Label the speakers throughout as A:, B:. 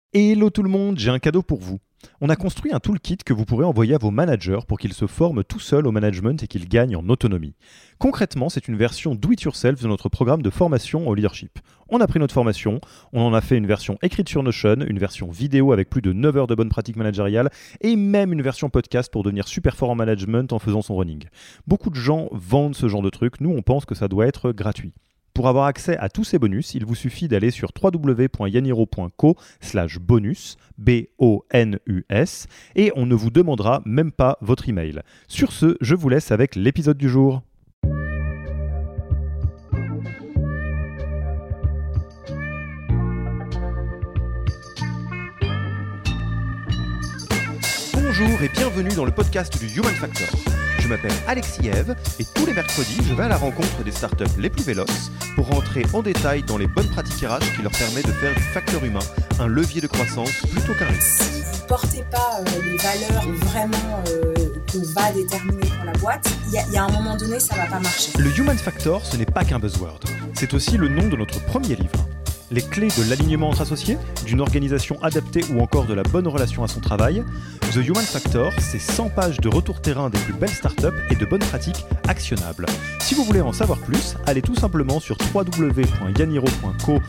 A: Hello tout le monde, j'ai un cadeau pour vous. On a construit un toolkit que vous pourrez envoyer à vos managers pour qu'ils se forment tout seuls au management et qu'ils gagnent en autonomie. Concrètement, c'est une version do-it-yourself de notre programme de formation au leadership. On a pris notre formation, on en a fait une version écrite sur Notion, une version vidéo avec plus de 9 heures de bonnes pratiques managériales et même une version podcast pour devenir super fort en management en faisant son running. Beaucoup de gens vendent ce genre de truc, nous on pense que ça doit être gratuit. Pour avoir accès à tous ces bonus, il vous suffit d'aller sur www.yaniro.co/bonus, B-O-N-U-S, et on ne vous demandera même pas votre email. Sur ce, je vous laisse avec l'épisode du jour. Bonjour et bienvenue dans le podcast du Human Factor. Je m'appelle Alexis Eve et tous les mercredis, je vais à la rencontre des startups les plus véloces pour rentrer en détail dans les bonnes pratiques RH qui leur permettent de faire du facteur humain un levier de croissance plutôt qu'un risque.
B: Si vous ne portez pas les valeurs vraiment qu'on va déterminer pour la boîte, il y a un moment donné, ça ne va pas marcher.
A: Le Human Factor, ce n'est pas qu'un buzzword. C'est aussi le nom de notre premier livre. Les clés de l'alignement entre associés, d'une organisation adaptée ou encore de la bonne relation à son travail. The Human Factor, c'est 100 pages de retour terrain des plus belles startups et de bonnes pratiques actionnables. Si vous voulez en savoir plus, allez tout simplement sur www.yaniro.co/book,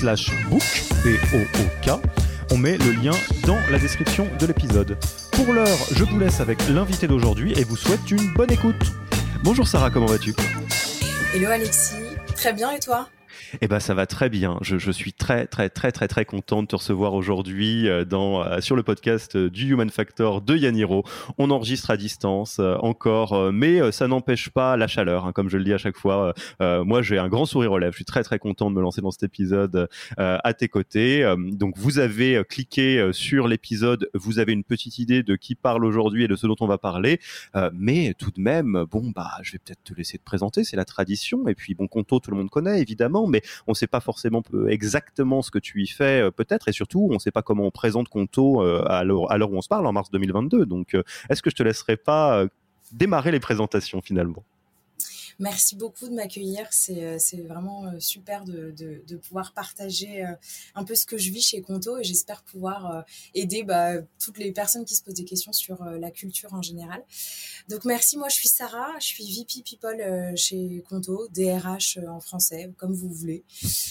A: B-O-O-K. On met le lien dans la description de l'épisode. Pour l'heure, je vous laisse avec l'invité d'aujourd'hui et vous souhaite une bonne écoute. Bonjour Sarah, comment vas-tu ?
B: Hello Alexis, très bien et toi ?
A: Eh ben ça va très bien. Je suis très content de te recevoir aujourd'hui sur le podcast du Human Factor de Yaniro. On enregistre à distance encore, mais ça n'empêche pas la chaleur, comme je le dis à chaque fois. Moi, j'ai un grand sourire aux lèvres. Je suis très content de me lancer dans cet épisode à tes côtés. Donc, vous avez cliqué sur l'épisode, vous avez une petite idée de qui parle aujourd'hui et de ce dont on va parler. Mais tout de même, je vais peut-être te laisser te présenter. C'est la tradition. Et puis, Conto, tout le monde connaît évidemment, mais on ne sait pas forcément exactement ce que tu y fais peut-être, et surtout on ne sait pas comment on présente Conto à l'heure où on se parle en mars 2022. Donc est-ce que je te laisserai pas démarrer les présentations finalement ?
B: Merci beaucoup de m'accueillir, c'est vraiment super de pouvoir partager un peu ce que je vis chez Conto et j'espère pouvoir aider toutes les personnes qui se posent des questions sur la culture en général. Donc merci, moi je suis Sarah, je suis VP People chez Conto, DRH en français, comme vous voulez.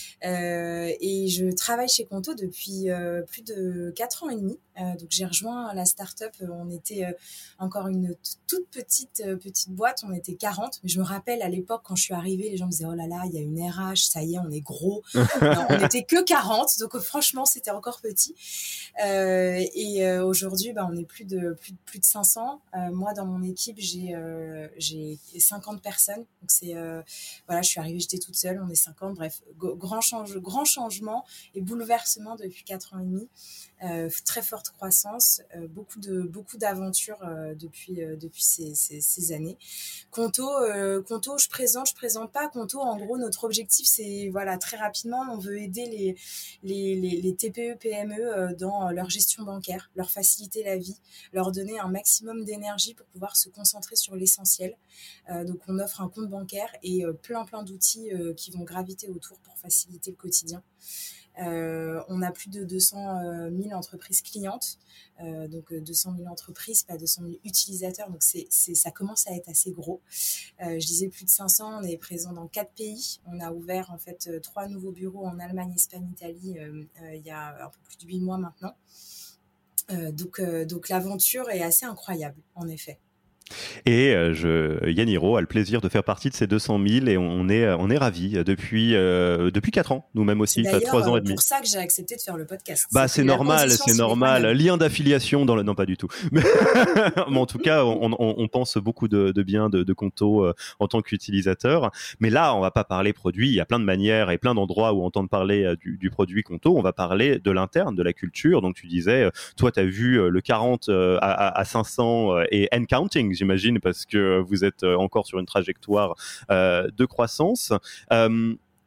B: Et je travaille chez Conto depuis plus de 4 ans et demi. Donc j'ai rejoint la start-up, on était encore une toute petite boîte, on était 40, mais je me rappelle à l'époque quand je suis arrivée, les gens me disaient oh là là, il y a une RH, ça y est, on est gros. Non, on n'était que 40, donc franchement c'était encore petit. Et aujourd'hui, on est plus de 500. Moi dans mon équipe, j'ai 50 personnes, donc c'est je suis arrivée, j'étais toute seule, on est 50, bref, grand changement et bouleversement depuis 4 ans et demi. Très forte croissance, beaucoup d'aventures depuis ces années. Conto, je présente pas. Conto, en gros, notre objectif, c'est très rapidement, on veut aider les TPE, PME dans leur gestion bancaire, leur faciliter la vie, leur donner un maximum d'énergie pour pouvoir se concentrer sur l'essentiel. Donc, on offre un compte bancaire et plein d'outils qui vont graviter autour pour faciliter le quotidien. On a plus de 200 000 entreprises clientes, donc 200 000 entreprises, pas 200 000 utilisateurs, donc ça commence à être assez gros. Je disais plus de 500, on est présent dans 4 pays, on a ouvert en fait 3 nouveaux bureaux en Allemagne, Espagne, Italie, il y a un peu plus de 8 mois maintenant. Donc l'aventure est assez incroyable, en effet.
A: Et Yaniro a le plaisir de faire partie de ces 200 000 et on est ravis depuis 4 ans, nous-mêmes aussi,
B: c'est
A: 3 ans et demi.
B: C'est pour ça que j'ai accepté de faire le podcast.
A: C'est normal. Lien d'affiliation non, pas du tout. Mais en tout cas, on pense beaucoup de bien de Conto en tant qu'utilisateur. Mais là, on va pas parler produit. Il y a plein de manières et plein d'endroits où entendre parler du produit Conto. On va parler de l'interne, de la culture. Donc tu disais, toi, tu as vu le 40 à 500 et and counting, j'imagine, parce que vous êtes encore sur une trajectoire de croissance.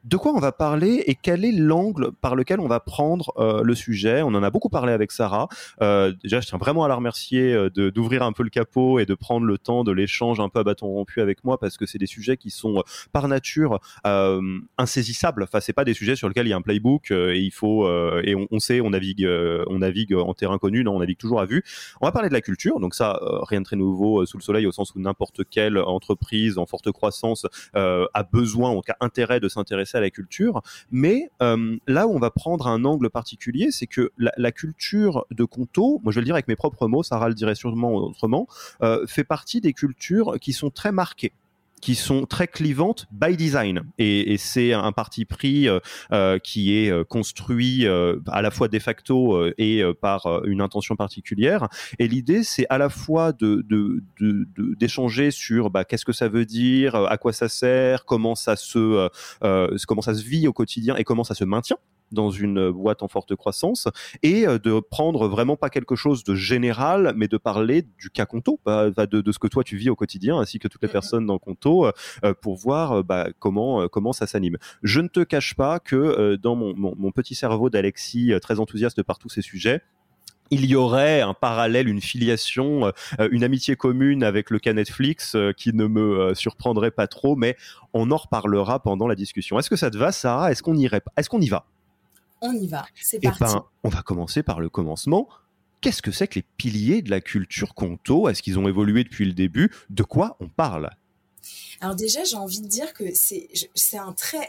A: De quoi on va parler et quel est l'angle par lequel on va prendre le sujet? On en a beaucoup parlé avec Sarah. Déjà, je tiens vraiment à la remercier d'ouvrir un peu le capot et de prendre le temps de l'échange un peu à bâton rompu avec moi, parce que c'est des sujets qui sont par nature insaisissables. Enfin, c'est pas des sujets sur lesquels il y a un playbook et il faut et on sait, on navigue en terrain connu, non, on navigue toujours à vue. On va parler de la culture, donc ça, rien de très nouveau sous le soleil, au sens où n'importe quelle entreprise en forte croissance a besoin, en tout cas intérêt, de s'intéresser à la culture. Mais là où on va prendre un angle particulier, c'est que la culture de Conto, moi je vais le dire avec mes propres mots, Sarah le dirait sûrement autrement, fait partie des cultures qui sont très marquées, qui sont très clivantes by design, et c'est un parti pris qui est construit à la fois de facto et par une intention particulière. Et l'idée, c'est à la fois d'échanger sur qu'est-ce que ça veut dire, à quoi ça sert, comment ça se vit au quotidien et comment ça se maintient dans une boîte en forte croissance, et de prendre vraiment pas quelque chose de général, mais de parler du cas Conto, de ce que toi tu vis au quotidien, ainsi que toutes les personnes dans Conto, pour voir comment ça s'anime. Je ne te cache pas que dans mon petit cerveau d'Alexis, très enthousiaste par tous ces sujets, il y aurait un parallèle, une filiation, une amitié commune avec le cas Netflix qui ne me surprendrait pas trop, mais on en reparlera pendant la discussion. Est-ce que ça te va, Sarah? Est-ce qu'on y va?
B: On y va, c'est parti.
A: On va commencer par le commencement. Qu'est-ce que c'est que les piliers de la culture Conto? Est-ce qu'ils ont évolué depuis le début? De quoi on parle?
B: Alors déjà, j'ai envie de dire que c'est un très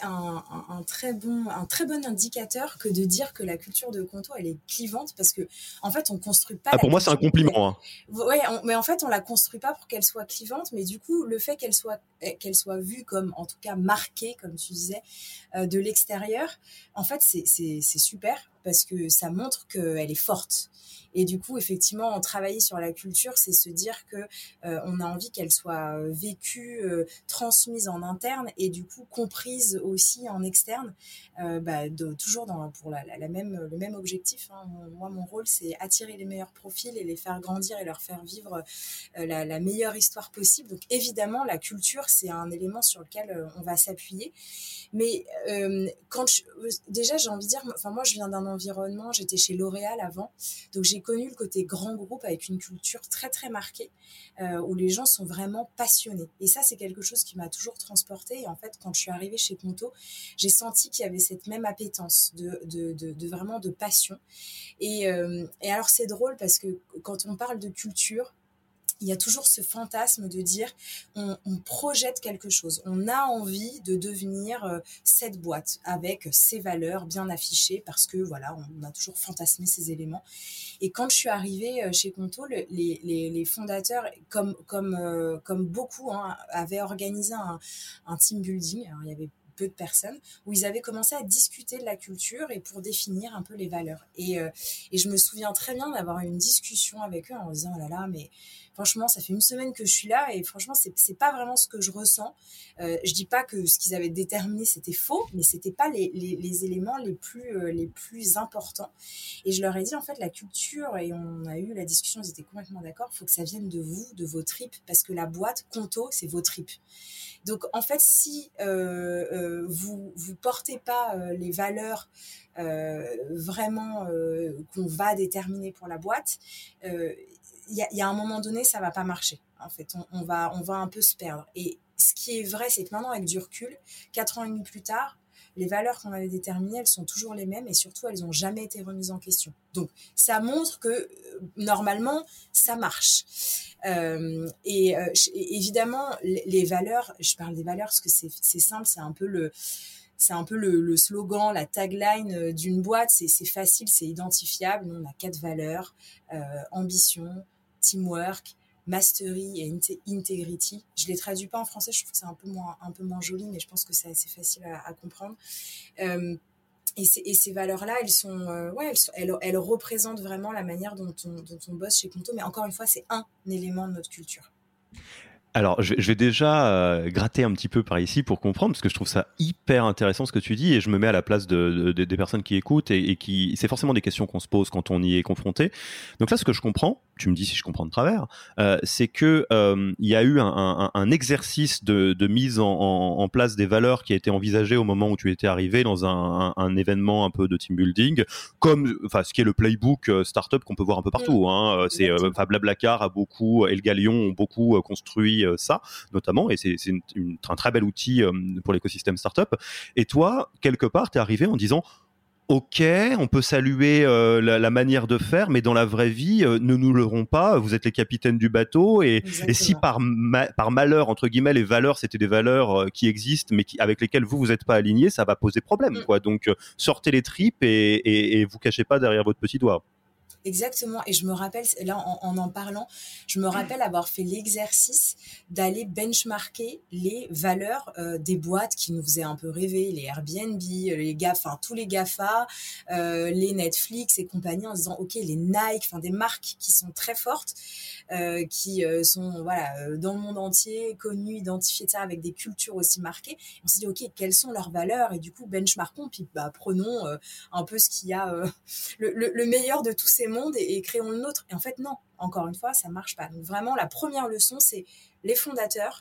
B: bon indicateur que de dire que la culture de Conto, elle est clivante, parce que en fait, on construit pas.
A: Pour moi, c'est un compliment. Hein.
B: Ouais, mais en fait, on la construit pas pour qu'elle soit clivante, mais du coup, le fait qu'elle soit vue comme, en tout cas, marquée, comme tu disais, de l'extérieur, en fait, c'est super, parce que ça montre qu'elle est forte. Et du coup, effectivement, travailler sur la culture, c'est se dire que on a envie qu'elle soit vécue, transmise en interne, et du coup comprise aussi en externe, toujours pour le même objectif. Hein. Moi, mon rôle, c'est attirer les meilleurs profils et les faire grandir et leur faire vivre la meilleure histoire possible. Donc évidemment, la culture, c'est un élément sur lequel on va s'appuyer. Mais déjà, j'ai envie de dire, moi, je viens d'un environnement, j'étais chez L'Oréal avant, donc j'ai connu le côté grand groupe avec une culture très très marquée, où les gens sont vraiment passionnés. Et ça, c'est quelque chose qui m'a toujours transportée. Et en fait, quand je suis arrivée chez Conto, j'ai senti qu'il y avait cette même appétence de vraiment de passion. Et alors, c'est drôle, parce que quand on parle de culture, il y a toujours ce fantasme de dire on projette quelque chose, on a envie de devenir cette boîte avec ses valeurs bien affichées, parce que voilà, on a toujours fantasmé ces éléments. Et quand je suis arrivée chez Conto, les fondateurs, comme beaucoup, avaient organisé un team building. Alors, il y avait peu de personnes, où ils avaient commencé à discuter de la culture et pour définir un peu les valeurs. Et je me souviens très bien d'avoir eu une discussion avec eux en disant « Oh là là, mais franchement, ça fait une semaine que je suis là et franchement, c'est pas vraiment ce que je ressens. » Je dis pas que ce qu'ils avaient déterminé, c'était faux, mais c'était pas les éléments les plus importants. Et je leur ai dit, en fait, la culture, et on a eu la discussion, ils étaient complètement d'accord, il faut que ça vienne de vous, de vos tripes, parce que la boîte Conto, c'est vos tripes. Donc, en fait, si vous portez pas les valeurs vraiment qu'on va déterminer pour la boîte, il y a un moment donné, ça va pas marcher. En fait, on va un peu se perdre. Et ce qui est vrai, c'est que maintenant, avec du recul, 4 ans et demi plus tard, les valeurs qu'on avait déterminées, elles sont toujours les mêmes, et surtout, elles n'ont jamais été remises en question. Donc, ça montre que, normalement, ça marche. Et évidemment, les valeurs, je parle des valeurs parce que c'est simple, c'est un peu le slogan, la tagline d'une boîte. C'est facile, c'est identifiable. Nous, on a 4 valeurs: ambition, teamwork, mastery et integrity. Je les traduis pas en français, je trouve que c'est un peu moins joli, mais je pense que c'est assez facile à comprendre. Et ces valeurs-là, elles représentent vraiment la manière dont on bosse chez Conto. Mais encore une fois, c'est un élément de notre culture.
A: Alors, je vais déjà gratter un petit peu par ici pour comprendre, parce que je trouve ça hyper intéressant ce que tu dis, et je me mets à la place des personnes qui écoutent et qui, c'est forcément des questions qu'on se pose quand on y est confronté. Donc là, ce que je comprends, tu me dis si je comprends de travers, c'est que il y a eu un exercice de mise en place des valeurs qui a été envisagé au moment où tu étais arrivé dans un événement un peu de team building, comme ce qui est le playbook startup qu'on peut voir un peu partout. C'est Blablacar a beaucoup, et le Galion ont beaucoup construit ça, notamment, et c'est un très bel outil pour l'écosystème startup. Et toi, quelque part, t'es arrivé en disant ok, on peut saluer la manière de faire, mais dans la vraie vie, ne nous leurrons pas, vous êtes les capitaines du bateau, et si par malheur, entre guillemets, les valeurs, c'était des valeurs qui existent, mais avec lesquelles vous n'êtes pas alignés, ça va poser problème, quoi. Donc, sortez les tripes et vous cachez pas derrière votre petit doigt.
B: Exactement. Et je me rappelle, là, en parlant, je me rappelle avoir fait l'exercice d'aller benchmarker les valeurs des boîtes qui nous faisaient un peu rêver, les Airbnb, les GAFA, tous les GAFA, les Netflix et compagnie, en se disant, OK, les Nike, des marques qui sont très fortes, qui sont dans le monde entier, connues, identifiées, avec des cultures aussi marquées. On s'est dit, OK, quelles sont leurs valeurs? Et du coup, benchmarkons, puis prenons un peu ce qu'il y a, le meilleur de tous ces mondes et créons le nôtre. Et en fait, non, encore une fois, ça marche pas. Donc vraiment, la première leçon, c'est les fondateurs,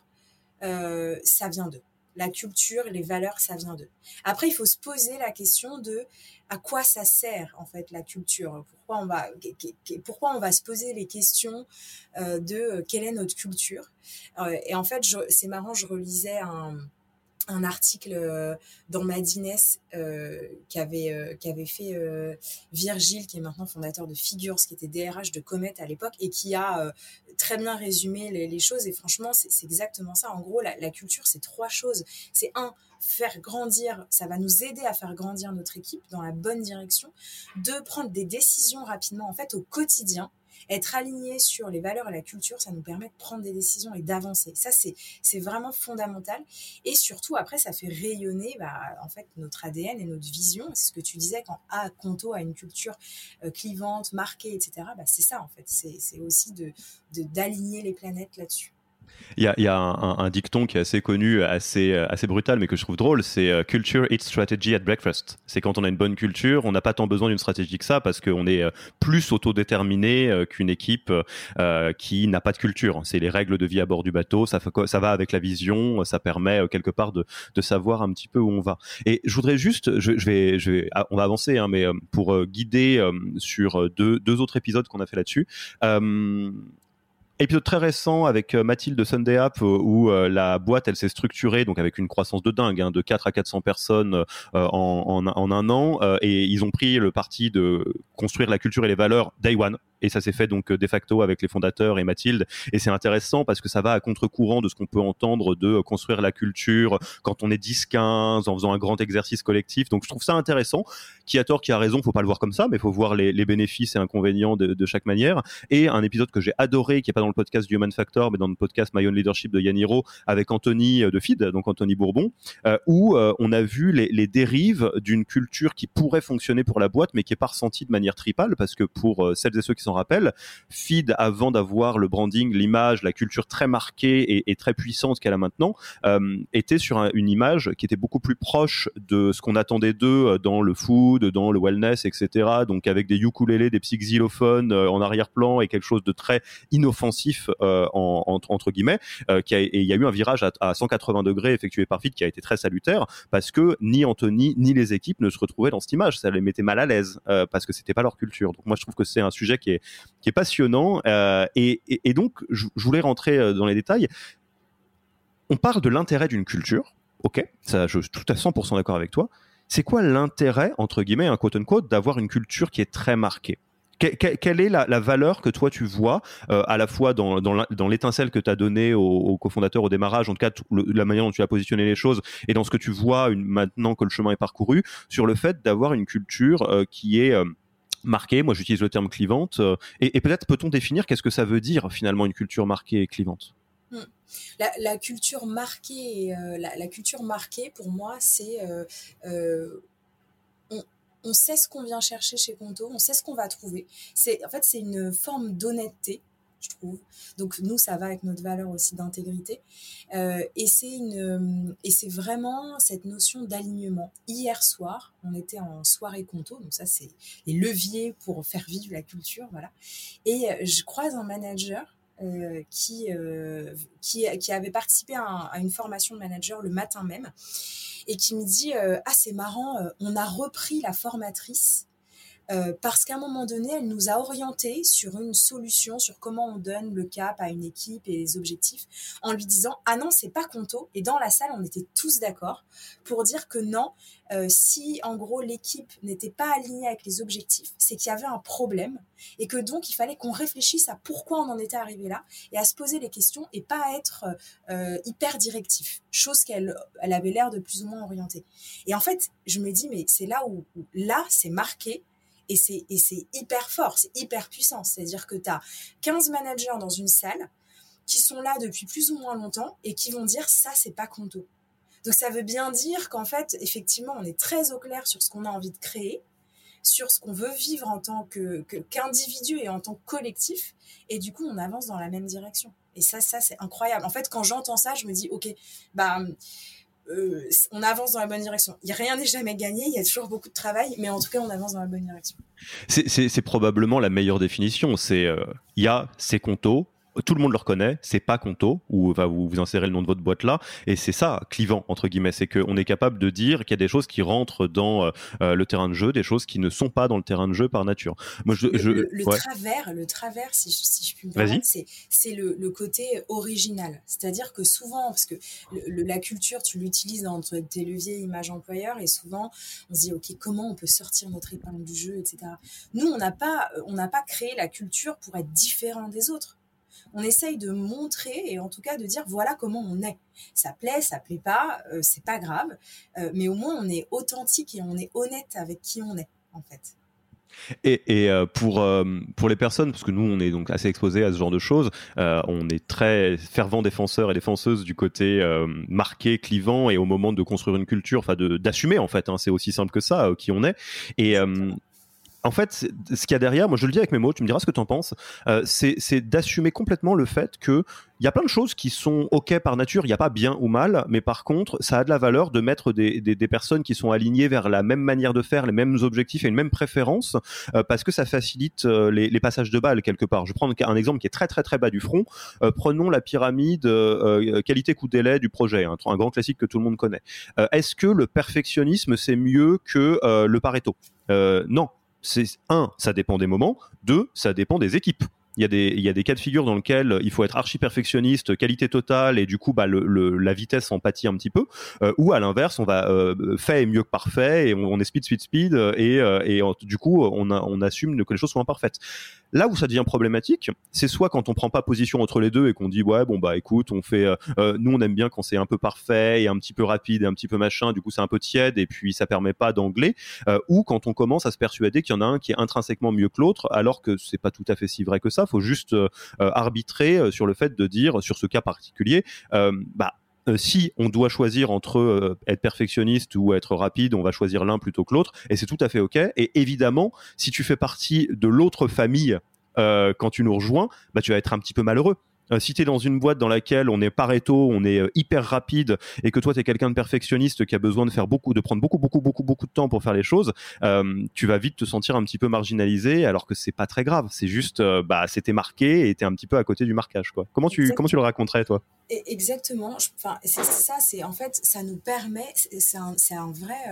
B: ça vient d'eux. La culture, les valeurs, ça vient d'eux. Après, il faut se poser la question de à quoi ça sert, en fait, la culture. Pourquoi on va se poser les questions de quelle est notre culture. Et en fait, c'est marrant, je relisais un article dans Madines qu'avait fait Virgile, qui est maintenant fondateur de Figures, qui était DRH de Comet à l'époque, et qui a très bien résumé les choses. Et franchement, c'est exactement ça. En gros, la culture, c'est 3 choses. C'est faire grandir, ça va nous aider à faire grandir notre équipe dans la bonne direction. 2, prendre des décisions rapidement, en fait, au quotidien. Être aligné sur les valeurs et la culture, ça nous permet de prendre des décisions et d'avancer. Ça, c'est vraiment fondamental. Et surtout, après, ça fait rayonner en fait, notre ADN et notre vision. C'est ce que tu disais, quand Conto a une culture clivante, marquée, etc. C'est ça, en fait. C'est aussi d'aligner les planètes là-dessus.
A: Il y a un dicton qui est assez connu, assez brutal, mais que je trouve drôle, c'est culture eats strategy at breakfast. C'est quand on a une bonne culture, on n'a pas tant besoin d'une stratégie que ça, parce qu'on est plus autodéterminé qu'une équipe qui n'a pas de culture. C'est les règles de vie à bord du bateau, ça va avec la vision, ça permet quelque part de savoir un petit peu où on va. Et je voudrais juste, on va avancer, mais pour guider sur deux autres épisodes qu'on a fait là-dessus. Épisode très récent avec Mathilde de Sunday App où la boîte elle s'est structurée donc avec une croissance de dingue de 4 à 400 personnes en un an et ils ont pris le parti de construire la culture et les valeurs day one. Et ça s'est fait donc de facto avec les fondateurs et Mathilde. Et c'est intéressant parce que ça va à contre-courant de ce qu'on peut entendre de construire la culture quand on est 10-15 en faisant un grand exercice collectif. Donc je trouve ça intéressant. Qui a tort, qui a raison, faut pas le voir comme ça, mais faut voir les bénéfices et inconvénients de chaque manière. Et un épisode que j'ai adoré, qui est pas dans le podcast du Human Factor, mais dans le podcast My Own Leadership de Yann Hiro, avec Anthony de Feed, donc Anthony Bourbon, où on a vu les dérives d'une culture qui pourrait fonctionner pour la boîte, mais qui est pas ressentie de manière tripale, parce que pour celles et ceux qui s'en rappellent, Feed, avant d'avoir le branding, l'image, la culture très marquée et très puissante qu'elle a maintenant, était sur une image qui était beaucoup plus proche de ce qu'on attendait d'eux dans le food, dans le wellness, etc. Donc avec des ukulélés, des petits xylophones en arrière-plan et quelque chose de très inoffensif entre guillemets. Et il y a eu un virage à 180 degrés effectué par Feed qui a été très salutaire parce que ni Anthony ni les équipes ne se retrouvaient dans cette image. Ça les mettait mal à l'aise parce que c'était pas leur culture. Donc moi je trouve que c'est un sujet qui est passionnant et donc je voulais rentrer dans les détails. On parle de l'intérêt d'une culture. Ok, ça, je suis tout à 100% d'accord avec toi. C'est quoi l'intérêt, entre guillemets, un quote-unquote, d'avoir une culture qui est très marquée? Quelle est la valeur que toi tu vois à la fois dans l'étincelle que tu as donnée au cofondateur au démarrage, en tout cas la manière dont tu as positionné les choses, et dans ce que tu vois maintenant que le chemin est parcouru, sur le fait d'avoir une culture qui est marquée, moi j'utilise le terme clivante, et peut-être peut-on définir qu'est-ce que ça veut dire finalement une culture marquée et clivante?
B: La culture marquée, la culture marquée pour moi, c'est on sait ce qu'on vient chercher chez Conto, on sait ce qu'on va trouver. En fait, c'est une forme d'honnêteté je trouve. Donc nous, ça va avec notre valeur aussi d'intégrité. Et c'est vraiment cette notion d'alignement. Hier soir, on était en soirée conto, donc ça c'est les leviers pour faire vivre la culture, voilà. Et je croise un manager qui avait participé à une formation de manager le matin même et qui me dit ah c'est marrant, on a repris la formatrice parce qu'à un moment donné, elle nous a orientés sur une solution, sur comment on donne le cap à une équipe et les objectifs, en lui disant « Ah non, c'est pas Conto ». Et dans la salle, on était tous d'accord pour dire que non, si en gros l'équipe n'était pas alignée avec les objectifs, c'est qu'il y avait un problème et que donc il fallait qu'on réfléchisse à pourquoi on en était arrivé là et à se poser les questions et pas être hyper directif, chose qu'elle avait l'air de plus ou moins orienter. Et en fait, je me dis, mais c'est là où là, c'est marqué. Et c'est hyper fort, c'est hyper puissant. C'est-à-dire que tu as 15 managers dans une salle qui sont là depuis plus ou moins longtemps et qui vont dire ça, c'est pas Conto. Donc ça veut bien dire qu'en fait, effectivement, on est très au clair sur ce qu'on a envie de créer, sur ce qu'on veut vivre en tant qu'individu et en tant que collectif. Et du coup, on avance dans la même direction. Et ça c'est incroyable. En fait, quand j'entends ça, je me dis, ok, bah... on avance dans la bonne direction. Rien n'est jamais gagné, il y a toujours beaucoup de travail, mais en tout cas, on avance dans la bonne direction.
A: C'est probablement la meilleure définition. C'est Conto, tout le monde le reconnaît, c'est pas Conto, ou vous insérez le nom de votre boîte là, et c'est ça, clivant, entre guillemets, c'est qu'on est capable de dire qu'il y a des choses qui rentrent dans le terrain de jeu, des choses qui ne sont pas dans le terrain de jeu par nature. Moi,
B: le travers, si je puis me permettre, c'est le côté original. C'est-à-dire que souvent, parce que la culture, tu l'utilises dans tes leviers image employeur, et souvent, on se dit, OK, comment on peut sortir notre épingle du jeu, etc. Nous, on n'a pas créé la culture pour être différent des autres. On essaye de montrer et en tout cas de dire voilà comment on est. Ça plaît pas, c'est pas grave, mais au moins on est authentique et on est honnête avec qui on est en fait.
A: Et pour les personnes, parce que nous on est donc assez exposés à ce genre de choses, on est très fervents défenseurs et défenseuses du côté marqué, clivant, et au moment de construire une culture, enfin d'assumer en fait, hein, c'est aussi simple que ça, qui on est. Et en fait, ce qu'il y a derrière, moi je le dis avec mes mots, tu me diras ce que tu en penses, c'est d'assumer complètement le fait qu'il y a plein de choses qui sont OK par nature, il n'y a pas bien ou mal, mais par contre, ça a de la valeur de mettre des personnes qui sont alignées vers la même manière de faire, les mêmes objectifs et une même préférence, parce que ça facilite les passages de balles quelque part. Je vais prendre un exemple qui est très très très bas du front. Prenons la pyramide qualité-coût-délai du projet, un grand classique que tout le monde connaît. Est-ce que le perfectionnisme, c'est mieux que le Pareto ? Non. Ça dépend des moments. 2, ça dépend des équipes. Il y a des cas de figure dans lesquels il faut être archi perfectionniste, qualité totale, et du coup la vitesse en pâtit un petit peu, ou à l'inverse on va fait est mieux que parfait, et on est speed, et du coup on assume que les choses sont imparfaites. Là où ça devient problématique, c'est soit quand on prend pas position entre les deux et qu'on dit ouais bon bah écoute on fait nous on aime bien quand c'est un peu parfait et un petit peu rapide et un petit peu machin, du coup c'est un peu tiède et puis ça permet pas d'angler, ou quand on commence à se persuader qu'il y en a un qui est intrinsèquement mieux que l'autre, alors que c'est pas tout à fait si vrai que ça. Faut juste arbitrer sur le fait de dire, sur ce cas particulier, si on doit choisir entre être perfectionniste ou être rapide, on va choisir l'un plutôt que l'autre, et c'est tout à fait OK. Et évidemment, si tu fais partie de l'autre famille quand tu nous rejoins, tu vas être un petit peu malheureux. Si tu es dans une boîte dans laquelle on est Pareto, on est hyper rapide, et que toi tu es quelqu'un de perfectionniste qui a besoin de prendre beaucoup de temps pour faire les choses, tu vas vite te sentir un petit peu marginalisé, alors que c'est pas très grave, c'est juste c'était marqué et t'es un petit peu à côté du marquage, quoi. Comment tu le raconterais, toi?
B: Exactement. C'est ça, c'est en fait, ça nous permet, c'est un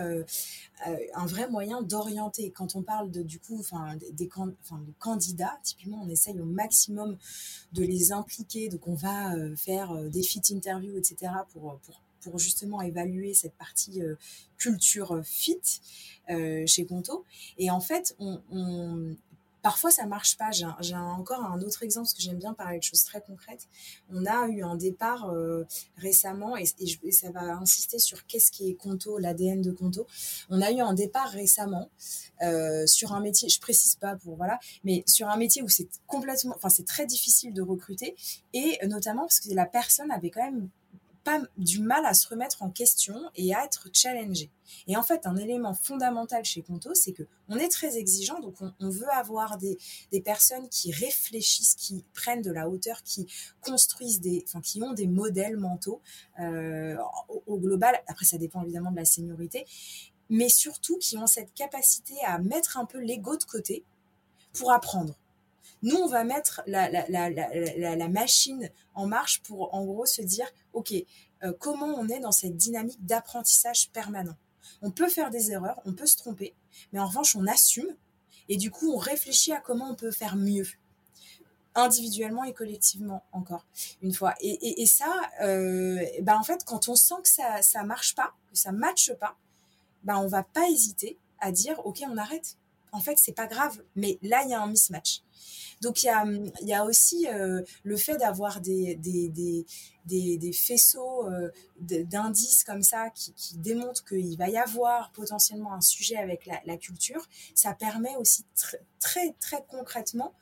B: vrai moyen d'orienter. Quand on parle du coup, des candidats, typiquement, on essaye au maximum de les impliquer. Donc, on va faire des fit interviews, etc. pour justement évaluer cette partie culture fit chez Conto. Et en fait, parfois, ça marche pas. J'ai encore un autre exemple, parce que j'aime bien parler de choses très concrètes. On a eu un départ récemment, et ça va insister sur qu'est-ce qui est Conto, l'ADN de Conto. On a eu un départ récemment sur un métier, je précise pas mais sur un métier où c'est c'est très difficile de recruter, et notamment parce que la personne avait quand même pas du mal à se remettre en question et à être challengé. Et en fait, un élément fondamental chez Conto, c'est que on est très exigeant, donc on veut avoir des personnes qui réfléchissent, qui prennent de la hauteur, qui construisent qui ont des modèles mentaux au global. Après, ça dépend évidemment de la seniorité, mais surtout qui ont cette capacité à mettre un peu l'ego de côté pour apprendre. Nous, on va mettre la machine en marche pour, en gros, se dire, OK, comment on est dans cette dynamique d'apprentissage permanent. On peut faire des erreurs, on peut se tromper, mais en revanche, on assume et du coup, on réfléchit à comment on peut faire mieux, individuellement et collectivement, encore une fois. Et ça, en fait, quand on sent que ça marche pas, que ça matche pas, on va pas hésiter à dire, OK, on arrête. En fait, c'est pas grave, mais là, il y a un mismatch. Donc, il y a aussi le fait d'avoir des faisceaux d'indices comme ça qui démontrent qu'il va y avoir potentiellement un sujet avec la culture. Ça permet aussi très, très concrètement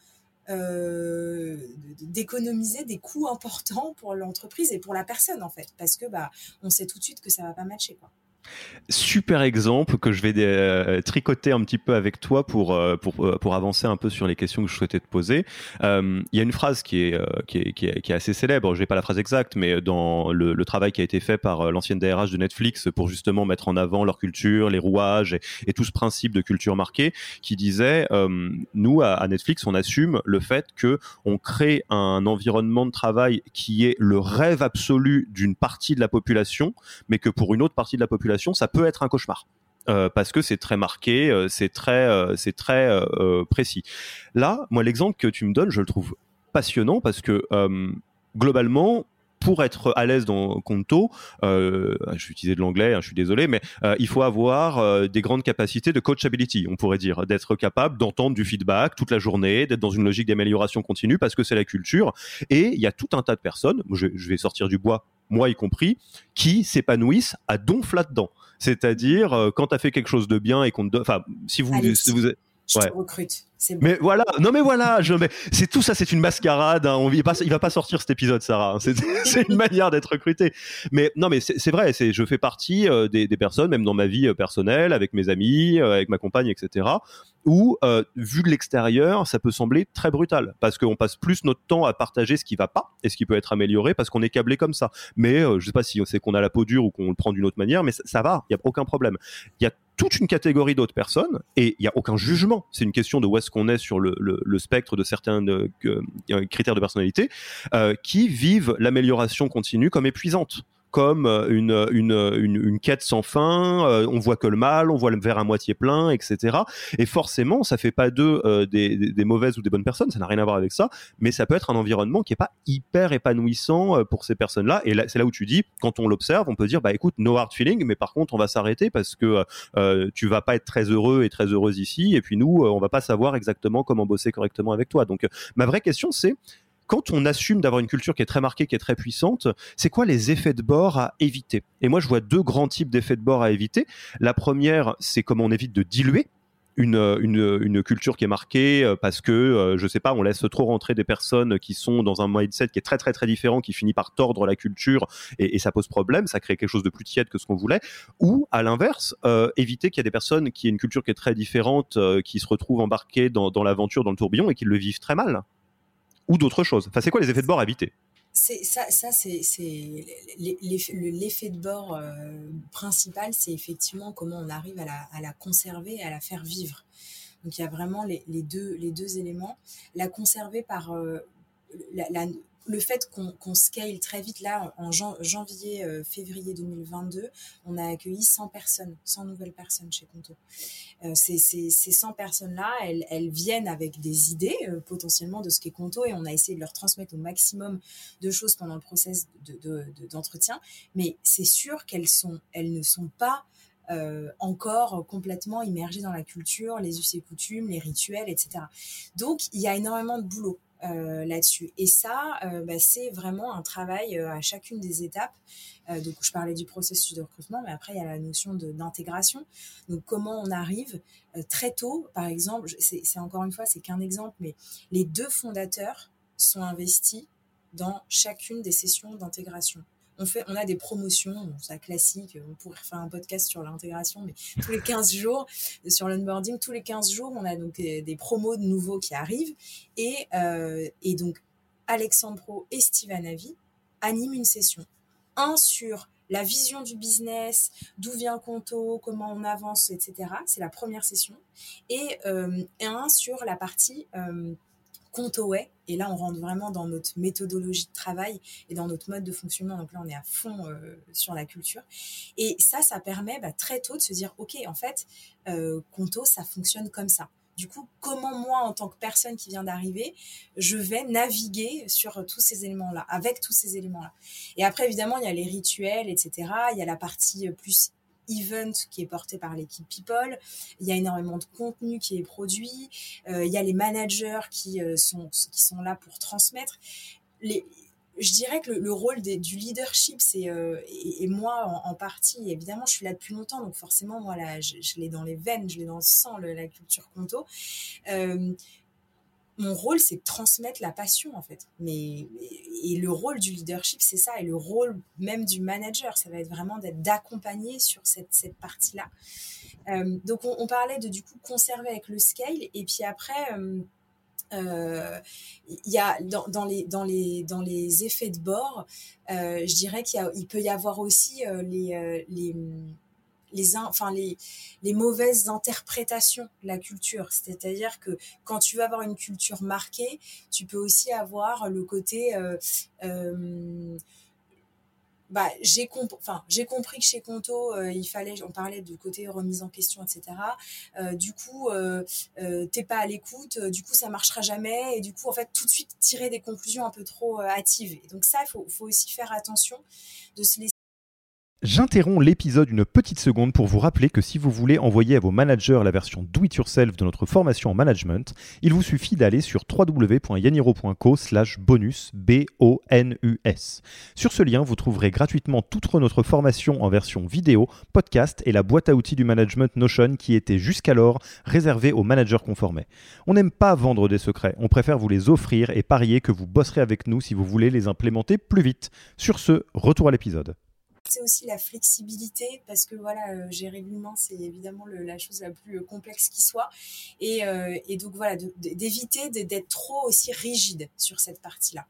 B: d'économiser des coûts importants pour l'entreprise et pour la personne, en fait. Parce que on sait tout de suite que ça va pas matcher, quoi.
A: Super exemple que je vais tricoter un petit peu avec toi pour avancer un peu sur les questions que je souhaitais te poser. Il y a une phrase qui est assez célèbre, je n'ai pas la phrase exacte, mais dans le travail qui a été fait par l'ancienne DRH de Netflix pour justement mettre en avant leur culture, les rouages et tout ce principe de culture marquée, qui disait nous à Netflix on assume le fait que on crée un environnement de travail qui est le rêve absolu d'une partie de la population, mais que pour une autre partie de la population ça peut être un cauchemar. Parce que c'est très marqué, c'est très précis. Là, moi, l'exemple que tu me donnes, je le trouve passionnant parce que globalement, pour être à l'aise dans Conto, je vais utiliser de l'anglais, je suis désolé, mais il faut avoir des grandes capacités de coachability, on pourrait dire, d'être capable d'entendre du feedback toute la journée, d'être dans une logique d'amélioration continue parce que c'est la culture. Et il y a tout un tas de personnes, je vais sortir du bois, moi y compris, qui s'épanouissent à donf là-dedans. C'est-à-dire, quand tu as fait quelque chose de bien et qu'on te... Enfin, si vous...
B: Alexis,
A: si vous
B: je
A: ouais.
B: te recrute. C'est bon.
A: Mais voilà, non mais voilà, c'est tout ça, c'est une mascarade. Hein. Il va pas sortir cet épisode, Sarah. Hein. C'est une manière d'être recruté. Mais non, mais c'est vrai. Je fais partie des personnes, même dans ma vie personnelle, avec mes amis, avec ma compagne, etc. Où, vu de l'extérieur, ça peut sembler très brutal, parce qu'on passe plus notre temps à partager ce qui va pas et ce qui peut être amélioré, parce qu'on est câblé comme ça. Mais je sais pas si c'est qu'on a la peau dure ou qu'on le prend d'une autre manière, mais ça va, il y a aucun problème. Il y a toute une catégorie d'autres personnes et il n'y a aucun jugement. C'est une question de où est-ce qu'on est sur le spectre de certains critères de personnalité qui vivent l'amélioration continue comme épuisante, comme une quête sans fin, on voit que le mal, on voit le verre à moitié plein, etc. Et forcément, ça fait pas d'eux des mauvaises ou des bonnes personnes, ça n'a rien à voir avec ça, mais ça peut être un environnement qui est pas hyper épanouissant pour ces personnes-là. Et là, c'est là où tu dis, quand on l'observe, on peut dire, écoute, no hard feeling, mais par contre, on va s'arrêter parce que tu vas pas être très heureux et très heureuse ici, et puis nous, on va pas savoir exactement comment bosser correctement avec toi. Donc, ma vraie question, c'est, quand on assume d'avoir une culture qui est très marquée, qui est très puissante, c'est quoi les effets de bord à éviter? Et moi, je vois deux grands types d'effets de bord à éviter. La première, c'est comment on évite de diluer une culture qui est marquée parce que, je sais pas, on laisse trop rentrer des personnes qui sont dans un mindset qui est très très très différent, qui finit par tordre la culture et ça pose problème, ça crée quelque chose de plus tiède que ce qu'on voulait. Ou à l'inverse, éviter qu'il y ait des personnes qui aient une culture qui est très différente, qui se retrouvent embarquées dans l'aventure, dans le tourbillon et qui le vivent très mal. Ou d'autres choses. Enfin, c'est quoi les effets de bord à éviter?
B: C'est l'effet de bord principal, c'est effectivement comment on arrive à la conserver et à la faire vivre. Donc il y a vraiment les deux éléments. La conserver par le fait qu'on scale très vite. Là, en janvier, février 2022, on a accueilli 100 personnes, 100 nouvelles personnes chez Conto. Ces 100 personnes-là, elles viennent avec des idées potentiellement de ce qu'est Conto, et on a essayé de leur transmettre au maximum de choses pendant le process d'entretien. Mais c'est sûr elles ne sont pas encore complètement immergées dans la culture, les us et coutumes, les rituels, etc. Donc, il y a énormément de boulot là-dessus. Et ça, c'est vraiment un travail à chacune des étapes. Donc, je parlais du processus de recrutement, mais après, il y a la notion d'intégration. Donc, comment on arrive très tôt, par exemple, c'est encore une fois, c'est qu'un exemple, mais les deux fondateurs sont investis dans chacune des sessions d'intégration. on a des promotions, ça classique, on pourrait faire un podcast sur l'intégration, mais tous les 15 jours, sur l'onboarding, tous les 15 jours, on a donc des promos de nouveaux qui arrivent. Et donc, Alexandre Pro et Steven Avi animent une session. Un sur la vision du business, d'où vient Conto, comment on avance, etc. C'est la première session. Et un sur la partie Contoway. Et là, on rentre vraiment dans notre méthodologie de travail et dans notre mode de fonctionnement. Donc là, on est à fond sur la culture. Et ça permet très tôt de se dire, OK, en fait, Conto, ça fonctionne comme ça. Du coup, comment moi, en tant que personne qui vient d'arriver, je vais naviguer sur tous ces éléments-là, avec tous ces éléments-là. Et après, évidemment, il y a les rituels, etc. Il y a la partie plus event qui est porté par l'équipe People. Il y a énormément de contenu qui est produit. Il y a les managers qui sont là pour transmettre. Je dirais que le rôle du leadership, c'est et moi en partie, évidemment, je suis là depuis longtemps, donc forcément, moi, là, je l'ai dans les veines, je l'ai dans le sang, la culture Conto. Mon rôle, c'est de transmettre la passion, en fait. Et le rôle du leadership, c'est ça. Et le rôle même du manager, ça va être vraiment d'accompagner sur cette partie-là. Donc, on parlait de, du coup, conserver avec le scale. Et puis après, il y a dans les effets de bord, je dirais qu'il peut y avoir aussi les mauvaises interprétations de la culture. C'est-à-dire que quand tu vas avoir une culture marquée, tu peux aussi avoir le côté j'ai compris que chez Conto, on parlait du côté remise en question, etc. Du coup, t'es pas à l'écoute, du coup, ça marchera jamais. Et du coup, en fait, tout de suite, tirer des conclusions un peu trop hâtives. Et donc ça, il faut aussi faire attention de se laisser.
C: J'interromps l'épisode une petite seconde pour vous rappeler que si vous voulez envoyer à vos managers la version do-it-yourself de notre formation en management, il vous suffit d'aller sur www.yaniro.co/bonus, B-O-N-U-S. Sur ce lien, vous trouverez gratuitement toute notre formation en version vidéo, podcast et la boîte à outils du management Notion qui était jusqu'alors réservée aux managers conformés. On n'aime pas vendre des secrets, on préfère vous les offrir et parier que vous bosserez avec nous si vous voulez les implémenter plus vite. Sur ce, retour à l'épisode.
B: C'est aussi la flexibilité parce que voilà, gérer l'humain, c'est évidemment la chose la plus complexe qui soit. Et donc voilà, d'éviter d'être trop aussi rigide sur cette partie-là.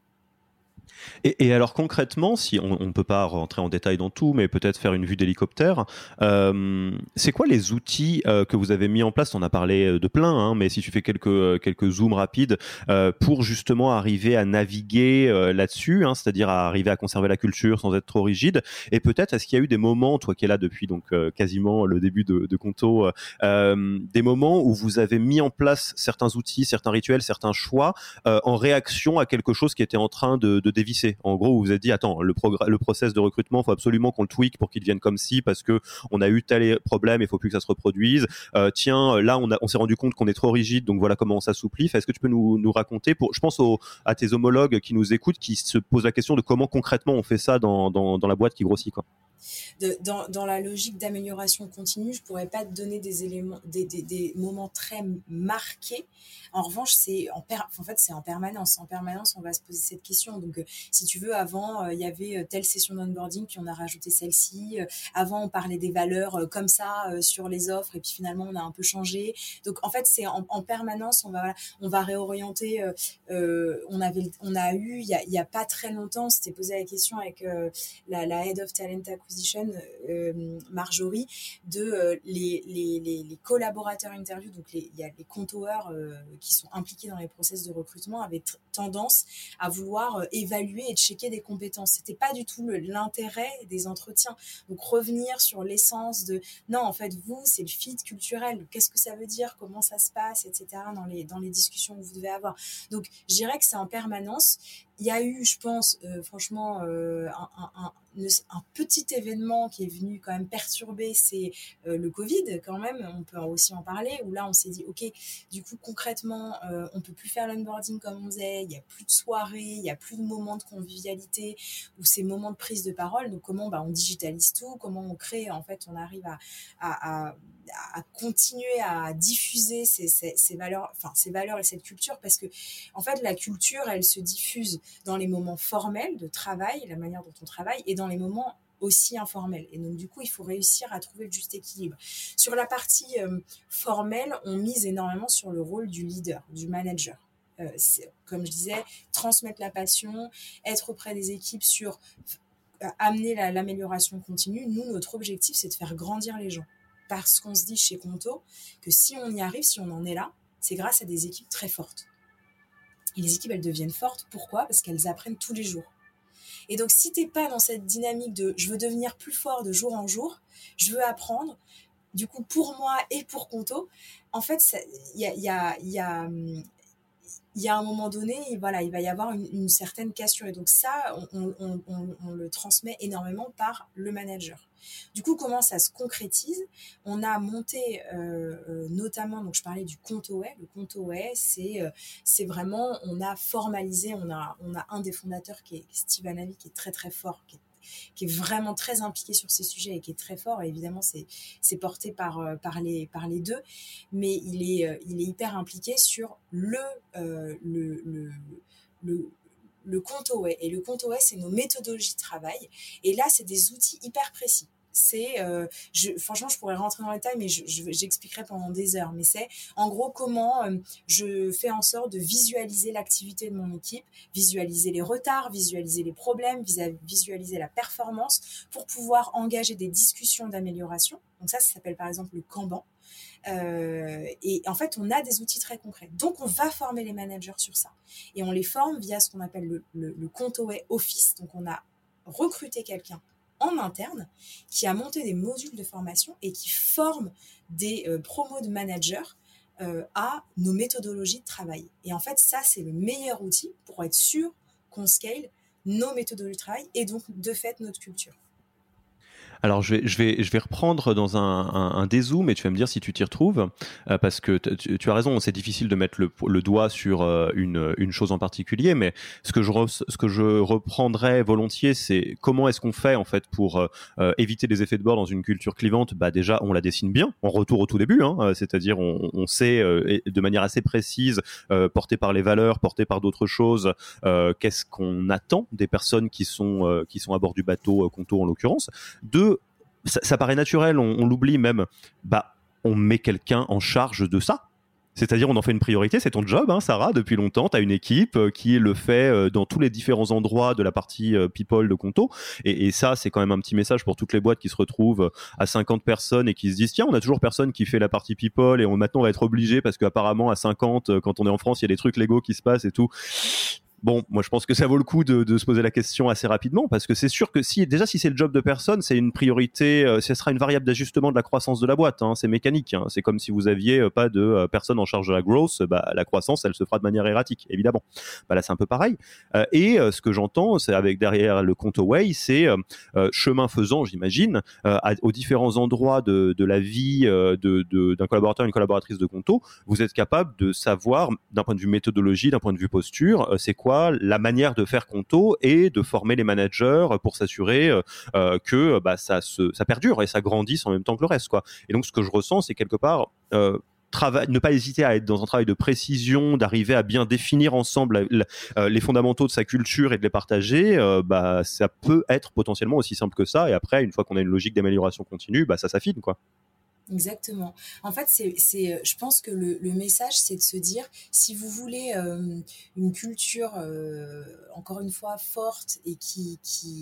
A: Et alors concrètement, si on ne peut pas rentrer en détail dans tout, mais peut-être faire une vue d'hélicoptère, c'est quoi les outils que vous avez mis en place? On a parlé de plein, hein, mais si tu fais quelques zooms rapides pour justement arriver à naviguer là-dessus, hein, c'est-à-dire à arriver à conserver la culture sans être trop rigide. Et peut-être, est-ce qu'il y a eu des moments, toi qui es là depuis donc quasiment le début de Conto, des moments où vous avez mis en place certains outils, certains rituels, certains choix en réaction à quelque chose qui était en train de dévisser? En gros, vous vous êtes dit, attends, le process de recrutement, il faut absolument qu'on le tweak pour qu'il devienne comme ci, parce que on a eu tel problème, il faut plus que ça se reproduise. Tiens, là, on s'est rendu compte qu'on est trop rigide, donc voilà comment on s'assouplit. Est-ce que tu peux nous raconter, je pense à tes homologues qui nous écoutent, qui se posent la question de comment concrètement on fait ça dans la boîte qui grossit, quoi.
B: Dans la logique d'amélioration continue, je pourrais pas te donner des éléments, des moments très marqués. En revanche, c'est en permanence. En permanence, on va se poser cette question. Donc, si tu veux, avant, il y avait telle session d'onboarding, puis on a rajouté celle-ci. Avant, on parlait des valeurs comme ça sur les offres, et puis finalement, on a un peu changé. Donc, en fait, c'est en permanence, on va réorienter. On a eu, il y a pas très longtemps, on s'était posé la question avec la Head of Talent Acquisition, Marjorie, de les collaborateurs interview, donc il y a les compteurs qui sont impliqués dans les process de recrutement, avaient tendance à vouloir évaluer et checker des compétences. C'était pas du tout l'intérêt des entretiens. Donc revenir sur l'essence de non, en fait, vous, c'est le fit culturel. Qu'est-ce que ça veut dire? Comment ça se passe, etc. dans les discussions que vous devez avoir. Donc, je dirais que c'est en permanence. Il y a eu, je pense, franchement, un petit événement qui est venu quand même perturber, c'est le Covid quand même, on peut aussi en parler, où là on s'est dit ok, du coup concrètement on peut plus faire l'onboarding comme on faisait, il n'y a plus de soirée, il n'y a plus de moments de convivialité ou ces moments de prise de parole, donc comment on digitalise tout, comment on crée, en fait on arrive à à continuer à diffuser ces valeurs, ces valeurs et cette culture, parce que en fait la culture, elle se diffuse dans les moments formels de travail, la manière dont on travaille, et dans les moments aussi informels. Et donc du coup, il faut réussir à trouver le juste équilibre. Sur la partie formelle, on mise énormément sur le rôle du leader, du manager. Comme je disais, transmettre la passion, être auprès des équipes sur amener l'amélioration continue. Nous, notre objectif, c'est de faire grandir les gens. Parce qu'on se dit chez Conto que si on y arrive, si on en est là, c'est grâce à des équipes très fortes. Et les équipes, elles deviennent fortes. Pourquoi ? Parce qu'elles apprennent tous les jours. Et donc, si t'es pas dans cette dynamique de je veux devenir plus fort de jour en jour, je veux apprendre, du coup, pour moi et pour Conto, en fait, il y a un moment donné, voilà, il va y avoir une certaine cassure. Et donc ça, on le transmet énormément par le manager. Du coup, comment ça se concrétise ? On a monté notamment, donc je parlais du Conto Way. Le Conto Way, c'est vraiment, on a formalisé, on a un des fondateurs qui est Steve Hanavi, qui est très très fort, qui est vraiment très impliqué sur ces sujets et qui est très fort. Et évidemment, c'est porté par les deux, mais il est hyper impliqué sur le Conto Way. Et le Conto Way, c'est nos méthodologies de travail. Et là, c'est des outils hyper précis. Franchement, je pourrais rentrer dans les détails, mais j'expliquerai pendant des heures. Mais c'est en gros comment je fais en sorte de visualiser l'activité de mon équipe, visualiser les retards, visualiser les problèmes, visualiser la performance pour pouvoir engager des discussions d'amélioration. Donc ça s'appelle par exemple le Kanban. Et en fait, on a des outils très concrets. Donc, on va former les managers sur ça. Et on les forme via ce qu'on appelle le Conto Way Office. Donc, on a recruté quelqu'un en interne qui a monté des modules de formation et qui forme des promos de managers à nos méthodologies de travail. Et en fait, ça, c'est le meilleur outil pour être sûr qu'on scale nos méthodologies de travail et donc, de fait, notre culture.
A: Alors je vais reprendre dans un dézoom et tu vas me dire si tu t'y retrouves parce que tu as raison, c'est difficile de mettre le doigt sur une chose en particulier, mais ce que je reprendrais volontiers, c'est comment est-ce qu'on fait en fait pour éviter les effets de bord dans une culture clivante. Bah déjà on la dessine bien, en retour au tout début, c'est-à-dire on sait de manière assez précise, portée par les valeurs, portée par d'autres choses, qu'est-ce qu'on attend des personnes qui sont à bord du bateau Conto en l'occurrence. Deux, ça paraît naturel, on l'oublie même, on met quelqu'un en charge de ça. C'est-à-dire, on en fait une priorité, c'est ton job, Sarah, depuis longtemps, tu as une équipe qui le fait dans tous les différents endroits de la partie people de Conto, et ça, c'est quand même un petit message pour toutes les boîtes qui se retrouvent à 50 personnes et qui se disent, tiens, on a toujours personne qui fait la partie people, et maintenant on va être obligé, parce qu'apparemment, à 50, quand on est en France, il y a des trucs légaux qui se passent et tout. Bon, moi je pense que ça vaut le coup de se poser la question assez rapidement, parce que c'est sûr que si c'est le job de personne, c'est une priorité, ce sera une variable d'ajustement de la croissance de la boîte, c'est mécanique, c'est comme si vous aviez pas de personne en charge de la growth, la croissance elle se fera de manière erratique, évidemment. Là c'est un peu pareil, et ce que j'entends, c'est avec derrière le Conto Way, c'est chemin faisant, j'imagine, aux différents endroits de la vie d'un collaborateur, une collaboratrice de Conto, vous êtes capable de savoir d'un point de vue méthodologie, d'un point de vue posture, c'est quoi la manière de faire Conto et de former les managers pour s'assurer que ça perdure et ça grandisse en même temps que le reste, quoi. Et donc ce que je ressens, c'est quelque part ne pas hésiter à être dans un travail de précision, d'arriver à bien définir ensemble les fondamentaux de sa culture et de les partager. Ça peut être potentiellement aussi simple que ça, et après une fois qu'on a une logique d'amélioration continue, ça s'affine, quoi.
B: Exactement. En fait, je pense que le message, c'est de se dire, si vous voulez une culture, encore une fois, forte et qui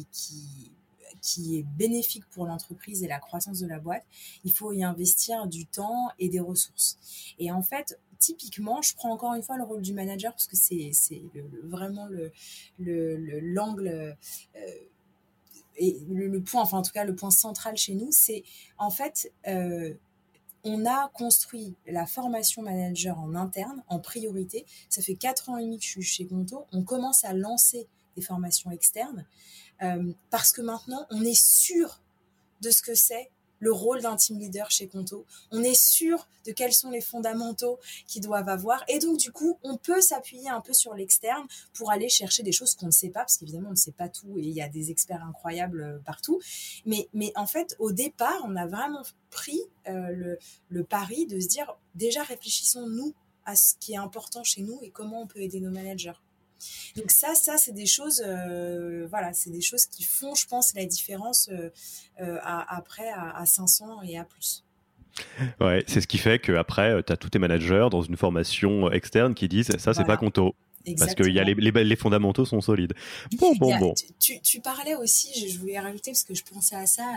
B: est bénéfique pour l'entreprise et la croissance de la boîte, il faut y investir du temps et des ressources. Et en fait, typiquement, je prends encore une fois le rôle du manager parce que c'est vraiment l'angle... et le point, enfin en tout cas le point central chez nous, c'est en fait on a construit la formation manager en interne, en priorité. Ça fait 4 ans et demi que je suis chez Conto. On commence à lancer des formations externes parce que maintenant on est sûr de ce que c'est le rôle d'un team leader chez Conto. On est sûr de quels sont les fondamentaux qu'ils doivent avoir. Et donc, du coup, on peut s'appuyer un peu sur l'externe pour aller chercher des choses qu'on ne sait pas, parce qu'évidemment, on ne sait pas tout et il y a des experts incroyables partout. Mais en fait, au départ, on a vraiment pris le pari de se dire, déjà, réfléchissons-nous à ce qui est important chez nous et comment on peut aider nos managers. Donc ça c'est des choses, c'est des choses qui font, je pense, la différence après à 500 et à plus.
A: Ouais, c'est ce qui fait qu'après, tu as tous tes managers dans une formation externe qui disent ça, c'est pas Conto. Parce que les fondamentaux sont solides. Bon.
B: Tu parlais aussi, je voulais rajouter, parce que je pensais à ça,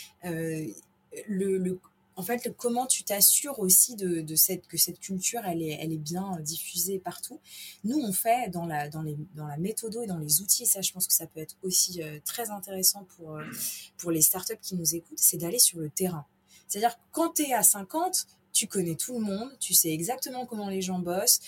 B: en fait, comment tu t'assures aussi que cette culture, elle est bien diffusée partout. Nous, on fait dans la méthode et dans les outils, et ça, je pense que ça peut être aussi très intéressant pour les startups qui nous écoutent, c'est d'aller sur le terrain. C'est-à-dire, quand tu es à 50, tu connais tout le monde, tu sais exactement comment les gens bossent,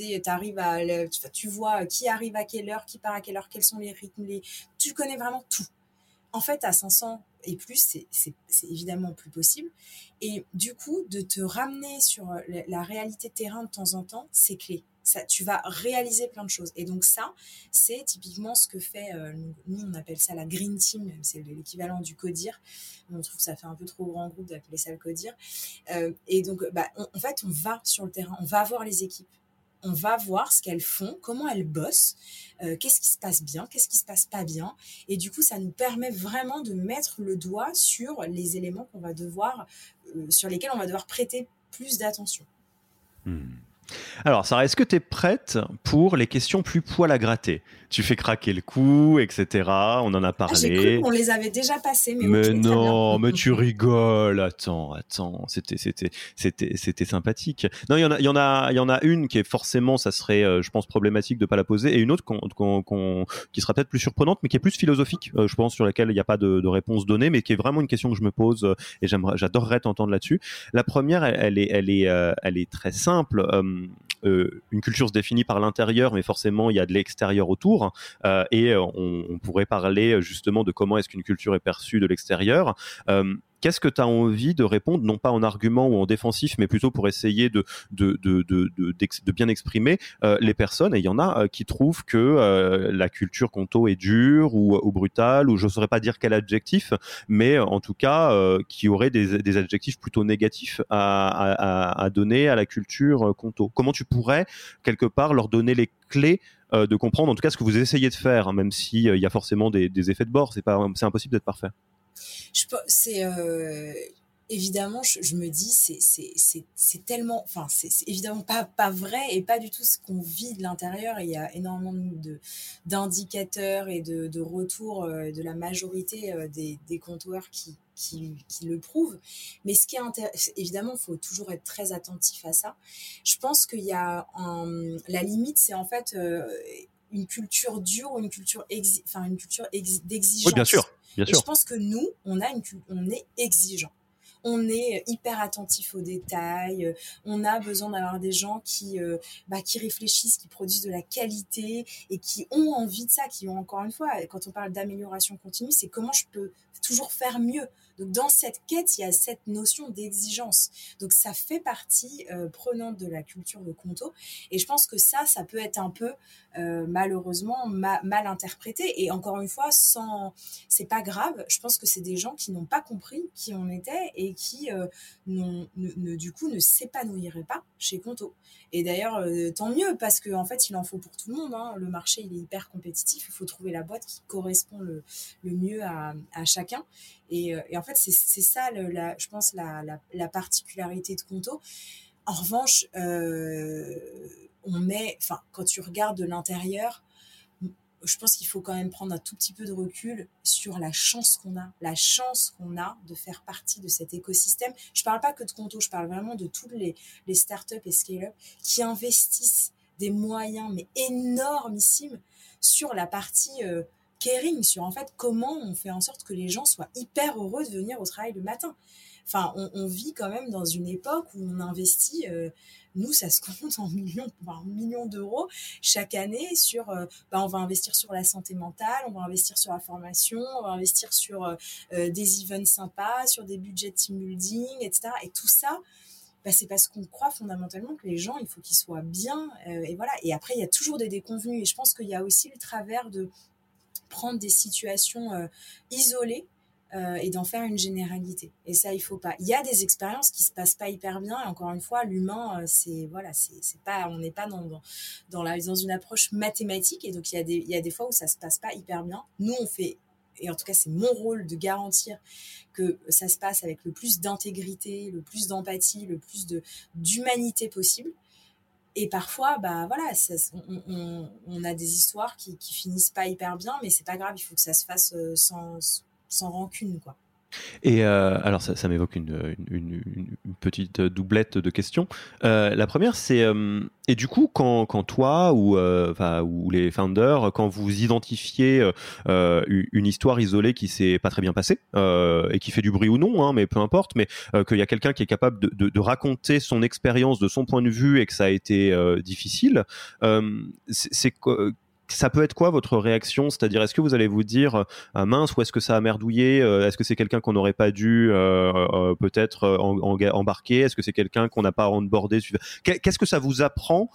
B: tu vois qui arrive à quelle heure, qui part à quelle heure, quels sont les rythmes, tu connais vraiment tout. En fait, à 500 et plus, c'est évidemment plus possible. Et du coup, de te ramener sur la réalité de terrain de temps en temps, c'est clé. Ça, tu vas réaliser plein de choses. Et donc ça, c'est typiquement ce que fait, nous on appelle ça la Green Team, c'est l'équivalent du CODIR. On trouve que ça fait un peu trop grand groupe d'appeler ça le CODIR. Et donc, en fait, on va sur le terrain, on va voir les équipes. On va voir ce qu'elles font, comment elles bossent, qu'est-ce qui se passe bien, qu'est-ce qui se passe pas bien. Et du coup, ça nous permet vraiment de mettre le doigt sur les éléments sur lesquels on va devoir prêter plus d'attention.
A: Alors, Sarah, est-ce que tu es prête pour les questions plus poil à gratter? Tu fais craquer le cou, etc. On en a parlé.
B: J'ai cru qu'on les avait déjà passés, mais
A: okay,
B: non,
A: mais tu rigoles. Attends, c'était sympathique. Non, il y en a une qui est forcément, ça serait, je pense, problématique de pas la poser, et une autre qui sera peut-être plus surprenante, mais qui est plus philosophique, je pense, sur laquelle il n'y a pas de réponse donnée, mais qui est vraiment une question que je me pose et j'adorerais t'entendre là-dessus. La première, elle est très simple. Une culture se définit par l'intérieur, mais forcément il y a de l'extérieur autour, et on pourrait parler justement de comment est-ce qu'une culture est perçue de l'extérieur. Qu'est-ce que tu as envie de répondre, non pas en argument ou en défensif, mais plutôt pour essayer de bien exprimer les personnes, et il y en a qui trouvent que la culture Conto est dure ou brutale, ou je ne saurais pas dire quel adjectif, mais en tout cas qui aurait des adjectifs plutôt négatifs à donner à la culture Conto. Comment tu pourrais quelque part leur donner les clés de comprendre, en tout cas, ce que vous essayez de faire, hein, même s'il y a forcément des effets de bord, c'est impossible d'être parfait.
B: Évidemment, je me dis, c'est tellement, enfin, c'est évidemment pas vrai et pas du tout ce qu'on vit de l'intérieur. Il y a énormément d'indicateurs et de retours de la majorité des compteurs qui le prouvent. Mais ce qui est évidemment, il faut toujours être très attentif à ça. Je pense qu'il y a la limite, c'est en fait une culture dure ou une culture d'exigence.
A: Oui, bien sûr.
B: Et je pense que nous, on est exigeant. On est hyper attentif aux détails. On a besoin d'avoir des gens qui réfléchissent, qui produisent de la qualité et qui ont envie de ça, qui ont, encore une fois, quand on parle d'amélioration continue, c'est comment je peux toujours faire mieux. Donc, dans cette quête, il y a cette notion d'exigence. Donc, ça fait partie prenante de la culture de Conto. Et je pense que ça peut être un peu, malheureusement, mal interprété. Et encore une fois, c'est pas grave. Je pense que c'est des gens qui n'ont pas compris qui on était et qui, du coup, ne s'épanouiraient pas chez Conto. Et d'ailleurs, tant mieux, parce qu'en fait, il en faut pour tout le monde. Hein. Le marché, il est hyper compétitif. Il faut trouver la boîte qui correspond le mieux à chacun. Et en fait, c'est ça, je pense, la particularité de Conto. En revanche, quand tu regardes de l'intérieur, je pense qu'il faut quand même prendre un tout petit peu de recul sur la chance qu'on a de faire partie de cet écosystème. Je parle pas que de Conto, je parle vraiment de toutes les startups et scale-up qui investissent des moyens mais énormissimes sur la partie caring, sur en fait comment on fait en sorte que les gens soient hyper heureux de venir au travail le matin. Enfin, on vit quand même dans une époque où on investit, nous, ça se compte en millions d'euros chaque année sur, on va investir sur la santé mentale, on va investir sur la formation, on va investir sur des events sympas, sur des budgets de team building, etc. Et tout ça, c'est parce qu'on croit fondamentalement que les gens, il faut qu'ils soient bien. Et voilà. Et après, il y a toujours des déconvenus. Et je pense qu'il y a aussi le travers de prendre des situations isolées et d'en faire une généralité. Et ça, il faut pas. Il y a des expériences qui se passent pas hyper bien. Et encore une fois, l'humain, c'est pas, on n'est pas dans une approche mathématique. Et donc, il y a des fois où ça se passe pas hyper bien. Nous, on fait, et en tout cas, c'est mon rôle de garantir que ça se passe avec le plus d'intégrité, le plus d'empathie, le plus d'humanité possible. Et parfois, on a des histoires qui finissent pas hyper bien, mais c'est pas grave, il faut que ça se fasse sans rancune, quoi.
A: Et alors ça m'évoque une petite doublette de questions. La première, c'est et du coup quand toi ou les founders, quand vous identifiez une histoire isolée qui s'est pas très bien passée et qui fait du bruit ou non, hein, mais peu importe, mais qu'il y a quelqu'un qui est capable de raconter son expérience de son point de vue et que ça a été difficile, ça peut être quoi votre réaction? C'est-à-dire, est-ce que vous allez vous dire mince, ou est-ce que ça a merdouillé? Est-ce que c'est quelqu'un qu'on n'aurait pas dû peut-être embarquer? Est-ce que c'est quelqu'un qu'on n'a pas onboardé? Qu'est-ce que ça vous apprend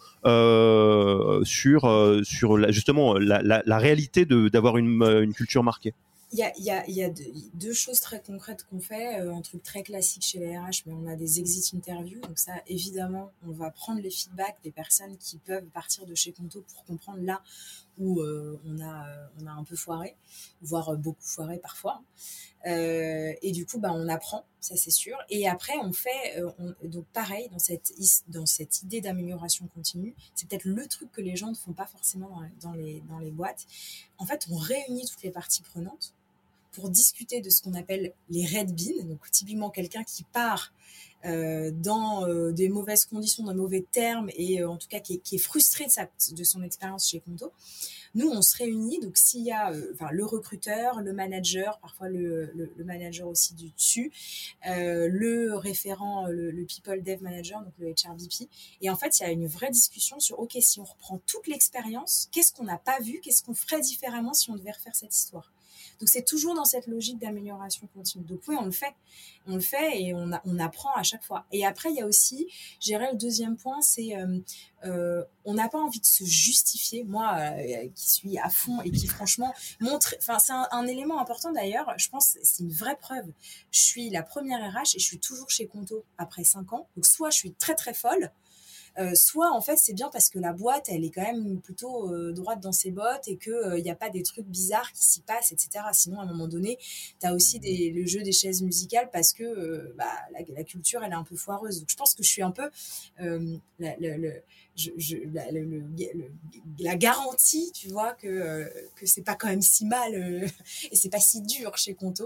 A: sur justement la réalité d'avoir une culture marquée?
B: Il y a deux choses très concrètes qu'on fait, un truc très classique chez les RH, mais on a des exit interviews, donc ça, évidemment, on va prendre les feedbacks des personnes qui peuvent partir de chez Conto pour comprendre là où on a un peu foiré, voire beaucoup foiré parfois. Et du coup, on apprend, ça c'est sûr. Et après, on fait, donc pareil, dans cette idée d'amélioration continue, c'est peut-être le truc que les gens ne font pas forcément dans les boîtes. En fait, on réunit toutes les parties prenantes pour discuter de ce qu'on appelle les red beans, donc typiquement quelqu'un qui part dans des mauvaises conditions, dans mauvais termes, et en tout cas qui est frustré de son expérience chez Conto. Nous, on se réunit, donc s'il y a le recruteur, le manager, parfois le manager aussi du dessus, le référent, le people dev manager, donc le HRVP, et en fait, il y a une vraie discussion sur, ok, si on reprend toute l'expérience, qu'est-ce qu'on n'a pas vu, qu'est-ce qu'on ferait différemment si on devait refaire cette histoire? Donc, c'est toujours dans cette logique d'amélioration continue. Donc, oui, on le fait et on apprend à chaque fois. Et après, il y a aussi, je dirais, le deuxième point, c'est on n'a pas envie de se justifier. Moi, qui suis à fond et qui, franchement, montre... Enfin, c'est un élément important, d'ailleurs. Je pense que c'est une vraie preuve. Je suis la première RH et je suis toujours chez Conto après 5 ans. Donc, soit je suis très, très folle, soit en fait c'est bien parce que la boîte elle est quand même plutôt droite dans ses bottes et que y a pas des trucs bizarres qui s'y passent, etc. Sinon à un moment donné t'as aussi le jeu des chaises musicales parce que la culture elle est un peu foireuse. Donc je pense que je suis un peu la garantie, tu vois, que c'est pas quand même si mal et c'est pas si dur chez Conto.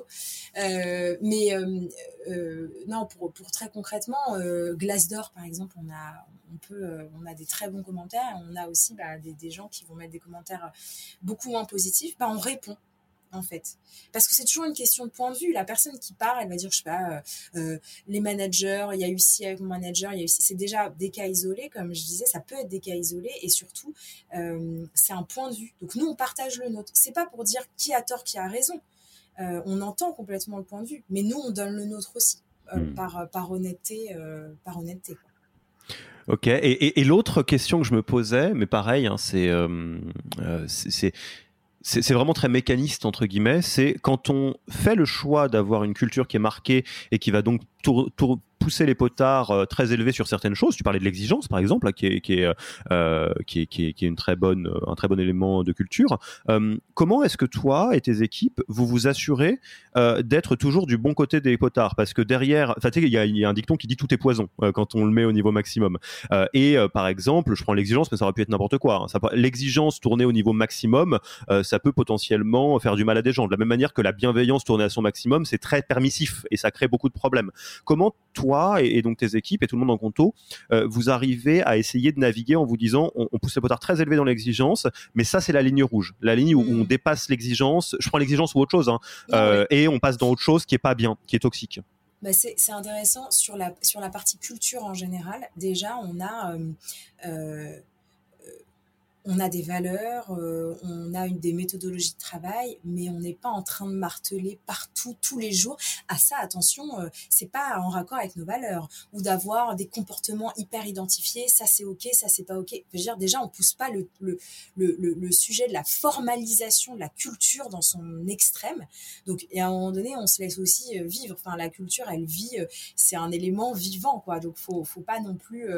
B: Non, pour très concrètement, Glassdoor par exemple, on a des très bons commentaires. On a aussi des gens qui vont mettre des commentaires beaucoup moins positifs. On répond en fait, parce que c'est toujours une question de point de vue. La personne qui part, elle va dire, je sais pas, les managers, il y a eu ci avec mon manager, il y a eu ci. C'est déjà des cas isolés, comme je disais, ça peut être des cas isolés, et surtout, c'est un point de vue. Donc nous, on partage le nôtre. C'est pas pour dire qui a tort, qui a raison. On entend complètement le point de vue, mais nous, on donne le nôtre aussi, par honnêteté, quoi.
A: Ok. Et l'autre question que je me posais, mais pareil, hein, c'est vraiment très mécaniste entre guillemets. C'est quand on fait le choix d'avoir une culture qui est marquée et qui va donc pousser les potards très élevés sur certaines choses. Tu parlais de l'exigence, par exemple, là, qui est un très bon élément de culture. Comment est-ce que toi et tes équipes vous assurez d'être toujours du bon côté des potards? Parce que derrière, il y a un dicton qui dit tout est poison quand on le met au niveau maximum. Par exemple, je prends l'exigence, mais ça aurait pu être n'importe quoi. Hein. L'exigence tournée au niveau maximum, ça peut potentiellement faire du mal à des gens. De la même manière que la bienveillance tournée à son maximum, c'est très permissif et ça crée beaucoup de problèmes. Comment toi et donc tes équipes et tout le monde en Conto, vous arrivez à essayer de naviguer en vous disant on pousse les potards très élevés dans l'exigence, mais ça c'est la ligne rouge, la ligne où on dépasse l'exigence, je prends l'exigence ou autre chose, hein, et on passe dans autre chose qui est pas bien, qui est toxique.
B: Bah c'est intéressant sur la partie culture en général. Déjà, euh, on a des valeurs, on a des méthodologies de travail, mais on n'est pas en train de marteler partout, tous les jours. Ah ça, attention, c'est pas en raccord avec nos valeurs. Ou d'avoir des comportements hyper identifiés, ça c'est ok, ça c'est pas ok. Je veux dire, déjà, on pousse pas le sujet de la formalisation de la culture dans son extrême. Donc, et à un moment donné, on se laisse aussi vivre. Enfin, la culture, elle vit, c'est un élément vivant, quoi. Donc, faut pas non plus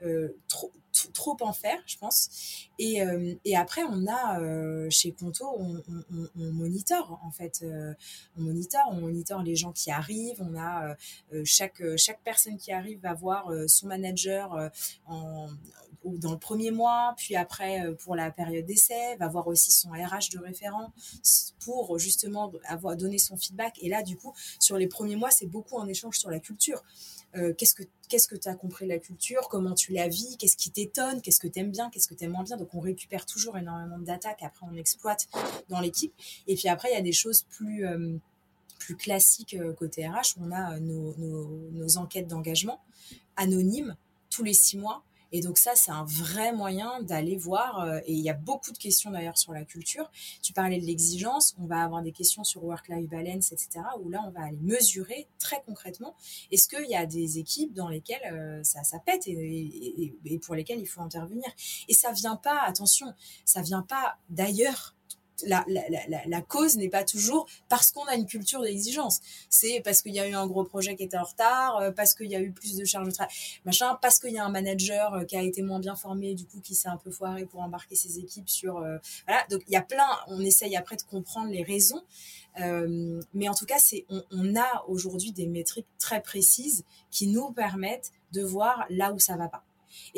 B: trop en faire, je pense. Et après, on a chez Conto, on monitore en fait. On monitore les gens qui arrivent. On a chaque personne qui arrive va voir son manager dans le premier mois, puis après pour la période d'essai, va voir aussi son RH de référent pour justement donner son feedback. Et là, du coup, sur les premiers mois, c'est beaucoup un échange sur la culture. Qu'est-ce que tu as compris de la culture, comment tu la vis, qu'est-ce qui t'étonne, qu'est-ce que tu aimes bien, qu'est-ce que tu aimes moins bien. Donc on récupère toujours énormément de data qu'après on exploite dans l'équipe. Et puis après, il y a des choses plus classiques côté RH. On a nos enquêtes d'engagement anonymes tous les 6 mois. Et donc ça, c'est un vrai moyen d'aller voir, et il y a beaucoup de questions d'ailleurs sur la culture. Tu parlais de l'exigence, on va avoir des questions sur work-life balance, etc., où là, on va aller mesurer très concrètement, est-ce qu'il y a des équipes dans lesquelles ça pète et pour lesquelles il faut intervenir. Et ça vient pas, attention, ça vient pas d'ailleurs. La cause n'est pas toujours parce qu'on a une culture d'exigence. C'est parce qu'il y a eu un gros projet qui était en retard, parce qu'il y a eu plus de charges de travail, machin, parce qu'il y a un manager qui a été moins bien formé, du coup, qui s'est un peu foiré pour embarquer ses équipes sur... voilà, donc il y a on essaye après de comprendre les raisons. Mais en tout cas, on a aujourd'hui des métriques très précises qui nous permettent de voir là où ça va pas.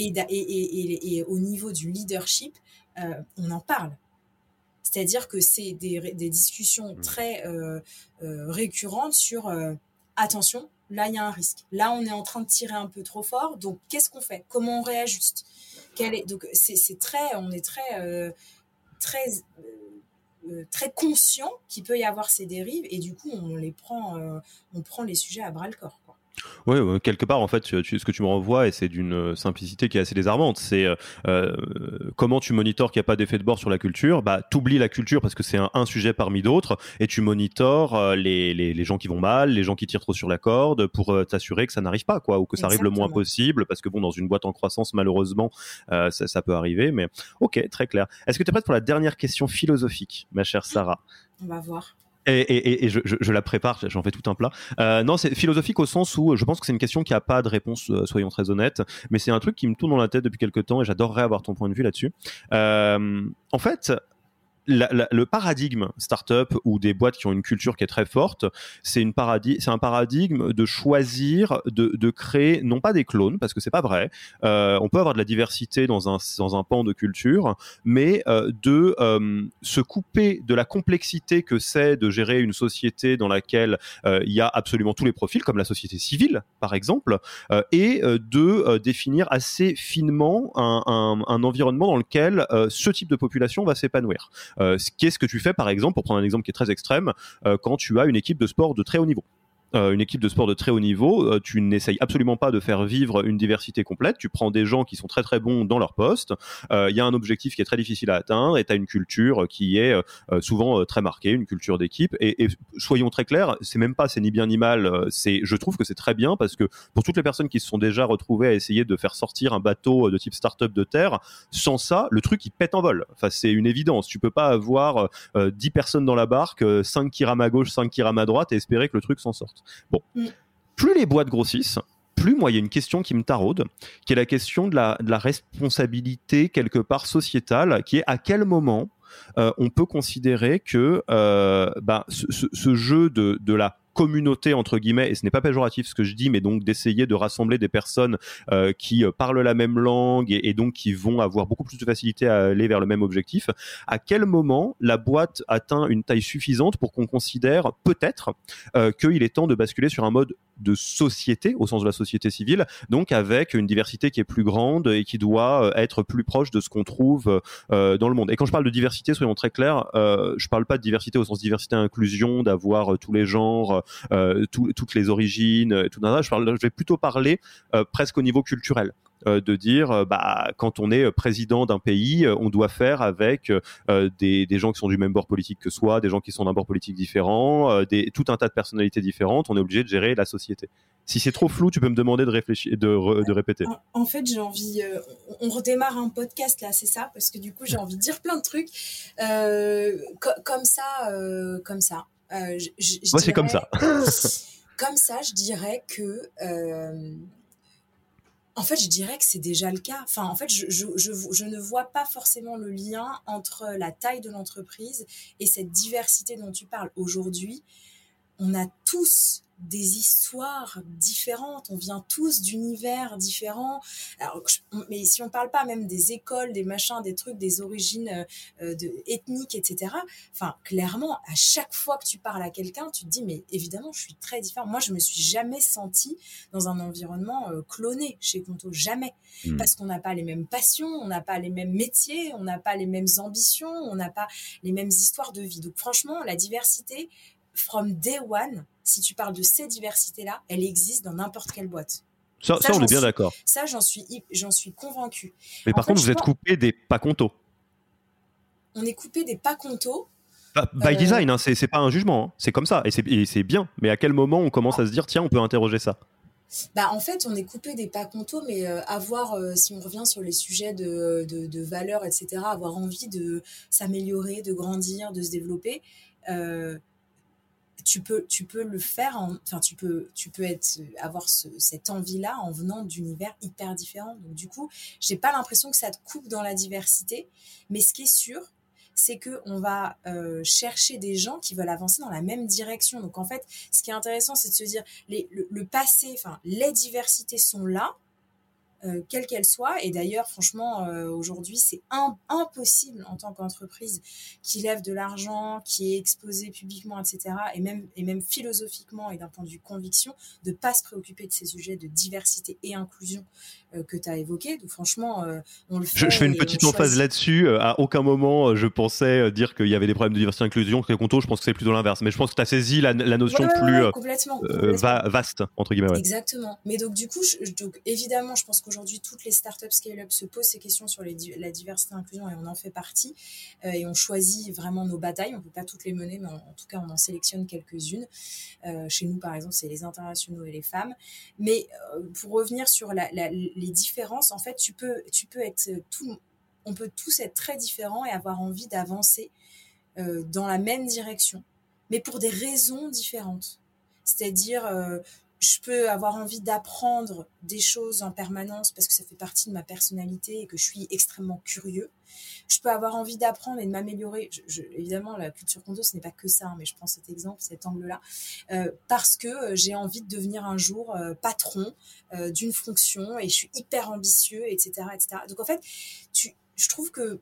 B: Et au niveau du leadership, on en parle. C'est-à-dire que c'est des discussions très récurrentes sur attention, là il y a un risque. Là on est en train de tirer un peu trop fort, donc qu'est-ce qu'on fait? Comment on réajuste? Donc on est très conscient qu'il peut y avoir ces dérives et du coup on prend les sujets à bras le corps, quoi.
A: Oui, quelque part, en fait, ce que tu me renvoies, et c'est d'une simplicité qui est assez désarmante, c'est comment tu monitores qu'il n'y a pas d'effet de bord sur la culture. Bah, t'oublies la culture parce que c'est un sujet parmi d'autres, et tu monitores les gens qui vont mal, les gens qui tirent trop sur la corde, pour t'assurer que ça n'arrive pas, quoi, ou que ça arrive le moins possible, parce que bon, dans une boîte en croissance, malheureusement, ça peut arriver. Mais ok, très clair. Est-ce que tu es prête pour la dernière question philosophique, ma chère Sarah?
B: On va voir.
A: Et je la prépare, j'en fais tout un plat. Non, c'est philosophique au sens où je pense que c'est une question qui n'a pas de réponse, soyons très honnêtes, mais c'est un truc qui me tourne dans la tête depuis quelques temps et j'adorerais avoir ton point de vue là-dessus. En fait, le paradigme startup ou des boîtes qui ont une culture qui est très forte, c'est un paradigme de choisir, de créer, non pas des clones, parce que c'est pas vrai. On peut avoir de la diversité dans un pan de culture, mais de se couper de la complexité que c'est de gérer une société dans laquelle il y a absolument tous les profils, comme la société civile, par exemple, et de définir assez finement un environnement dans lequel ce type de population va s'épanouir. Qu'est-ce que tu fais, par exemple, pour prendre un exemple qui est très extrême, quand tu as une équipe de sport de très haut niveau? Une équipe de sport de très haut niveau, tu n'essayes absolument pas de faire vivre une diversité complète, tu prends des gens qui sont très très bons dans leur poste, il y a un objectif qui est très difficile à atteindre et tu as une culture qui est souvent très marquée, une culture d'équipe, et soyons très clairs, c'est ni bien ni mal, je trouve que c'est très bien parce que pour toutes les personnes qui se sont déjà retrouvées à essayer de faire sortir un bateau de type start-up de terre, sans ça, le truc il pète en vol. Enfin, c'est une évidence, tu peux pas avoir 10 personnes dans la barque, 5 qui rament à gauche, 5 qui rament à droite et espérer que le truc s'en sorte. Bon, plus les boîtes grossissent, plus moi il y a une question qui me taraude, qui est la question de la responsabilité quelque part sociétale, qui est à quel moment on peut considérer que ce jeu de la communauté entre guillemets, et ce n'est pas péjoratif ce que je dis, mais donc d'essayer de rassembler des personnes qui parlent la même langue et donc qui vont avoir beaucoup plus de facilité à aller vers le même objectif, à quel moment la boîte atteint une taille suffisante pour qu'on considère peut-être qu'il est temps de basculer sur un mode de société, au sens de la société civile, donc avec une diversité qui est plus grande et qui doit être plus proche de ce qu'on trouve dans le monde. Et quand je parle de diversité, soyons très clairs, je parle pas de diversité au sens diversité inclusion, d'avoir tous les genres, toutes les origines, tout ça. Je vais plutôt parler presque au niveau culturel. De dire quand on est président d'un pays, on doit faire avec des gens qui sont du même bord politique que soi, des gens qui sont d'un bord politique différent, tout un tas de personnalités différentes. On est obligé de gérer la société. Si c'est trop flou, tu peux me demander de réfléchir, de répéter.
B: En fait, j'ai envie. On redémarre un podcast là, c'est ça, parce que du coup, j'ai envie de dire plein de trucs comme ça.
A: C'est comme ça.
B: Comme ça, je dirais que. En fait, je dirais que c'est déjà le cas. Enfin, en fait, je ne vois pas forcément le lien entre la taille de l'entreprise et cette diversité dont tu parles. Aujourd'hui, on a tous des histoires différentes, on vient tous d'univers différents. Alors, mais si on parle pas même des écoles, des machins, des trucs, des origines ethniques, etc. Enfin, clairement, à chaque fois que tu parles à quelqu'un, tu te dis, mais évidemment, je suis très différent. Moi, je me suis jamais sentie dans un environnement cloné chez Conto, jamais. Parce qu'on n'a pas les mêmes passions, on n'a pas les mêmes métiers, on n'a pas les mêmes ambitions, on n'a pas les mêmes histoires de vie. Donc, franchement, la diversité, from day one, si tu parles de ces diversités-là, elle existe dans n'importe quelle boîte.
A: Ça on est bien d'accord.
B: Ça, j'en suis convaincue.
A: Mais par contre, vous êtes coupé des pas conto.
B: On est coupé des pas conto.
A: By design, hein, c'est pas un jugement, hein. C'est comme ça, et c'est bien. Mais à quel moment on commence à se dire, tiens, on peut interroger ça?
B: En fait, on est coupé des pas conto, mais avoir, si on revient sur les sujets de valeurs, etc., avoir envie de s'améliorer, de grandir, de se développer, tu peux le faire, tu peux avoir cette envie-là en venant d'univers hyper différents. Donc du coup, j'ai pas l'impression que ça te coupe dans la diversité, mais ce qui est sûr, c'est qu'on va chercher des gens qui veulent avancer dans la même direction. Donc en fait, ce qui est intéressant, c'est de se dire le passé, les diversités sont là, quelle qu'elle soit. Et d'ailleurs, franchement, aujourd'hui, c'est impossible en tant qu'entreprise qui lève de l'argent, qui est exposée publiquement, etc., et même philosophiquement et d'un point de vue conviction, de ne pas se préoccuper de ces sujets de diversité et inclusion que tu as évoqués. Donc franchement, on le fait.
A: Je fais une petite emphase là-dessus. À aucun moment, je pensais dire qu'il y avait des problèmes de diversité et inclusion. Que Conto, je pense que c'est plutôt l'inverse. Mais je pense que tu as saisi la notion plus
B: complètement.
A: vaste, entre guillemets. Ouais.
B: Exactement. Mais donc, du coup, évidemment, je pense qu'aujourd'hui, toutes les startups scale-up se posent ces questions sur la diversité et l'inclusion, et on en fait partie. Et on choisit vraiment nos batailles. On ne peut pas toutes les mener, mais en tout cas, on en sélectionne quelques-unes. Chez nous, par exemple, c'est les internationaux et les femmes. Mais pour revenir sur les différences, en fait, on peut tous être très différents et avoir envie d'avancer dans la même direction, mais pour des raisons différentes. C'est-à-dire, je peux avoir envie d'apprendre des choses en permanence parce que ça fait partie de ma personnalité et que je suis extrêmement curieux. Je peux avoir envie d'apprendre et de m'améliorer. Évidemment, la culture Conto, ce n'est pas que ça, hein, mais je prends cet exemple, cet angle-là, parce que j'ai envie de devenir un jour patron d'une fonction et je suis hyper ambitieux, etc., etc. Donc, en fait, je trouve que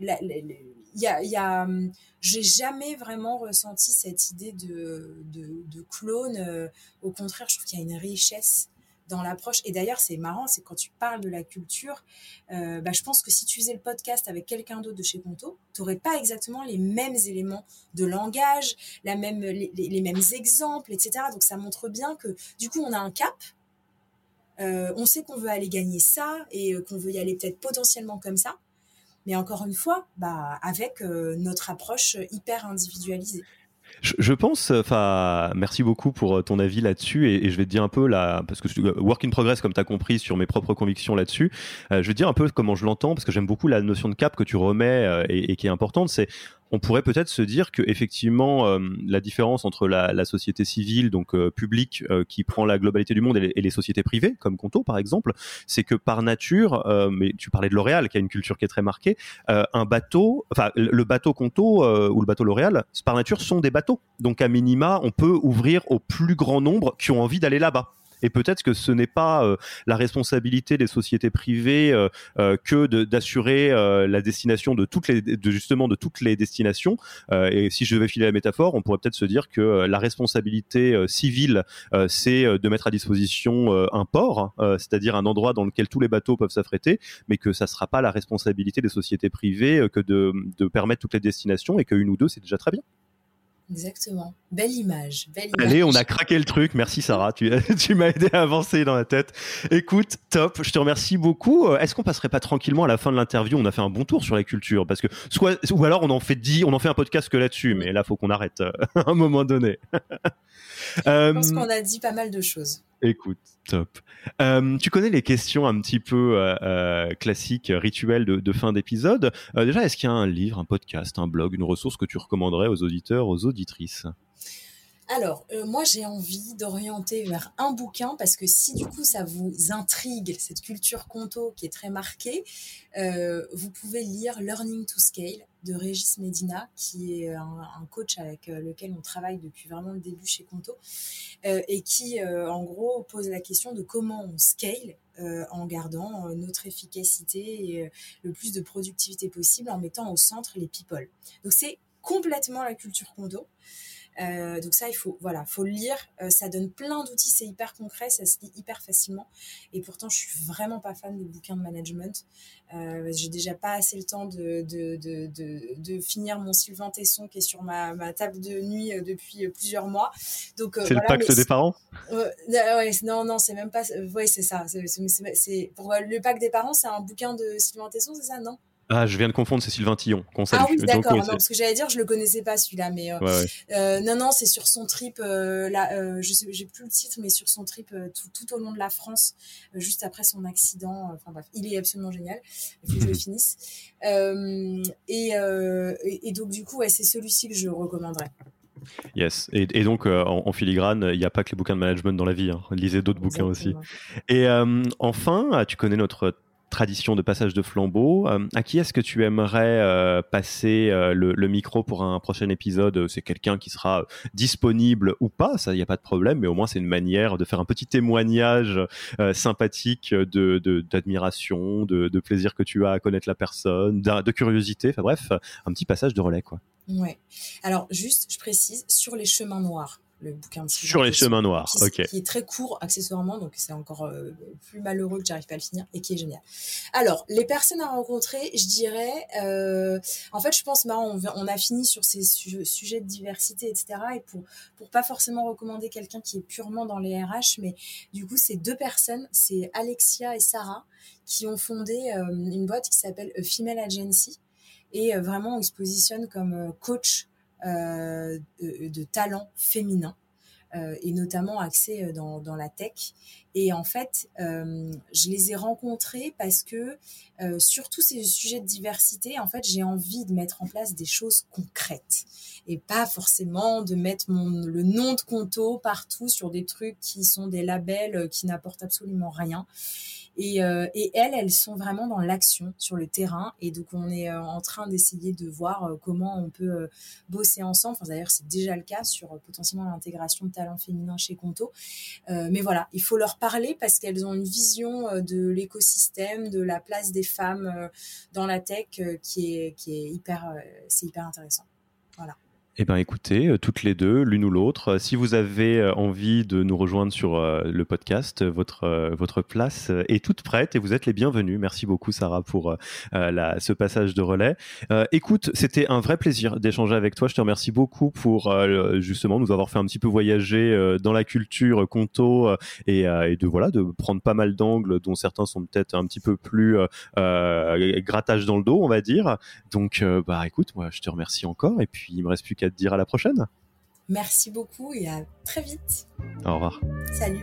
B: j'ai jamais vraiment ressenti cette idée de clone. Au contraire, je trouve qu'il y a une richesse dans l'approche. Et d'ailleurs, c'est marrant, c'est quand tu parles de la culture, je pense que si tu faisais le podcast avec quelqu'un d'autre de chez Conto, tu n'aurais pas exactement les mêmes éléments de langage, les mêmes exemples, etc. Donc ça montre bien que du coup, on a un cap. On sait qu'on veut aller gagner ça et qu'on veut y aller peut-être potentiellement comme ça. Mais encore une fois, avec notre approche hyper individualisée.
A: Je pense, merci beaucoup pour ton avis là-dessus, et je vais te dire un peu parce que work in progress, comme tu as compris, sur mes propres convictions là-dessus. Je vais te dire un peu comment je l'entends, parce que j'aime beaucoup la notion de cap que tu remets et qui est importante. On pourrait peut-être se dire que effectivement la différence entre la société civile, donc publique, qui prend la globalité du monde, et les sociétés privées, comme Conto par exemple, c'est que par nature, mais tu parlais de L'Oréal, qui a une culture qui est très marquée, le bateau Conto ou le bateau L'Oréal, par nature, sont des bateaux. Donc à minima, on peut ouvrir au plus grand nombre qui ont envie d'aller là-bas. Et peut-être que ce n'est pas la responsabilité des sociétés privées que d'assurer la destination de toutes les destinations. Et si je devais filer la métaphore, on pourrait peut-être se dire que la responsabilité civile, c'est de mettre à disposition un port, c'est-à-dire un endroit dans lequel tous les bateaux peuvent s'affréter, mais que ça ne sera pas la responsabilité des sociétés privées que de permettre toutes les destinations, et qu'une ou deux, c'est déjà très bien.
B: Exactement. Belle image.
A: Allez, on a craqué le truc. Merci Sarah, tu m'as aidé à avancer dans la tête. Écoute, top, je te remercie beaucoup. Est-ce qu'on passerait pas tranquillement à la fin de l'interview? On a fait un bon tour sur la culture, parce que ou alors on en fait un podcast que là-dessus, mais là faut qu'on arrête à un moment donné.
B: Je pense qu'on a dit pas mal de choses.
A: Écoute, top. Tu connais les questions un petit peu classiques, rituelles de fin d'épisode. Déjà, est-ce qu'il y a un livre, un podcast, un blog, une ressource que tu recommanderais aux auditeurs, aux auditrices?
B: Alors, moi, j'ai envie d'orienter vers un bouquin, parce que si du coup ça vous intrigue, cette culture conto qui est très marquée, vous pouvez lire Learning to Scale de Régis Medina, qui est un coach avec lequel on travaille depuis vraiment le début chez Conto, et qui, en gros, pose la question de comment on scale en gardant notre efficacité et le plus de productivité possible, en mettant au centre les people. Donc, c'est complètement la culture Conto. Donc ça, il faut le lire. Ça donne plein d'outils, c'est hyper concret, ça se lit hyper facilement. Et pourtant, je suis vraiment pas fan des bouquins de management. J'ai déjà pas assez le temps de finir mon Sylvain Tesson qui est sur ma table de nuit depuis plusieurs mois. Donc
A: c'est le pacte des parents.
B: Ouais, non, c'est même pas. Ouais, c'est ça. C'est pour le pacte des parents, c'est un bouquin de Sylvain Tesson, c'est ça, non?
A: Ah, je viens de confondre, c'est Sylvain Tillon qu'on salue.
B: Ah oui, d'accord. Non, parce que j'allais dire, je le connaissais pas celui-là, mais non, c'est sur son trip. J'ai plus le titre, mais sur son trip tout au long de la France, juste après son accident. Enfin bref, il est absolument génial. Il faut que je le finisse. Et donc du coup, ouais, c'est celui-ci que je recommanderais.
A: Yes. Et donc, en filigrane, il n'y a pas que les bouquins de management dans la vie. Hein. Lisez d'autres bouquins aussi. Et enfin, tu connais notre tradition de passage de flambeau. À qui est-ce que tu aimerais passer le micro pour un prochain épisode? C'est quelqu'un qui sera disponible ou pas, ça, il n'y a pas de problème, mais au moins c'est une manière de faire un petit témoignage sympathique d'admiration, de plaisir que tu as à connaître la personne, de curiosité, enfin bref, un petit passage de relais, quoi.
B: Ouais. Alors, juste, je précise, sur les chemins noirs. Le bouquin de
A: sur les chemins noirs, ok.
B: Qui est très court accessoirement, donc c'est encore plus malheureux que j'arrive pas à le finir, et qui est génial. Alors, les personnes à rencontrer, je dirais, en fait, je pense, on a fini sur ces sujets de diversité, etc. Et pour pas forcément recommander quelqu'un qui est purement dans les RH, mais du coup, c'est deux personnes, c'est Alexia et Sarah, qui ont fondé une boîte qui s'appelle A Female Agency, et vraiment, ils se positionnent comme coach de talent féminin, et notamment axé dans la tech. Et en fait, je les ai rencontrés parce que sur tous ces sujets de diversité, en fait, j'ai envie de mettre en place des choses concrètes et pas forcément de mettre le nom de Conto partout sur des trucs qui sont des labels qui n'apportent absolument rien. Et elles sont vraiment dans l'action sur le terrain, et donc on est en train d'essayer de voir comment on peut bosser ensemble. Enfin, d'ailleurs, c'est déjà le cas sur potentiellement l'intégration de talents féminins chez Conto. Mais voilà, il faut leur parler parce qu'elles ont une vision de l'écosystème, de la place des femmes dans la tech qui est hyper intéressant. Voilà.
A: Eh bien, écoutez, toutes les deux, l'une ou l'autre, si vous avez envie de nous rejoindre sur le podcast, votre place est toute prête et vous êtes les bienvenus. Merci beaucoup, Sarah, pour ce passage de relais. Écoute, c'était un vrai plaisir d'échanger avec toi. Je te remercie beaucoup pour justement nous avoir fait un petit peu voyager dans la culture Conto et de prendre pas mal d'angles dont certains sont peut-être un petit peu plus grattage dans le dos, on va dire. Donc, écoute, moi, je te remercie encore et puis il me reste plus qu'à te dire à la prochaine.
B: Merci beaucoup et à très vite.
A: Au revoir.
B: Salut.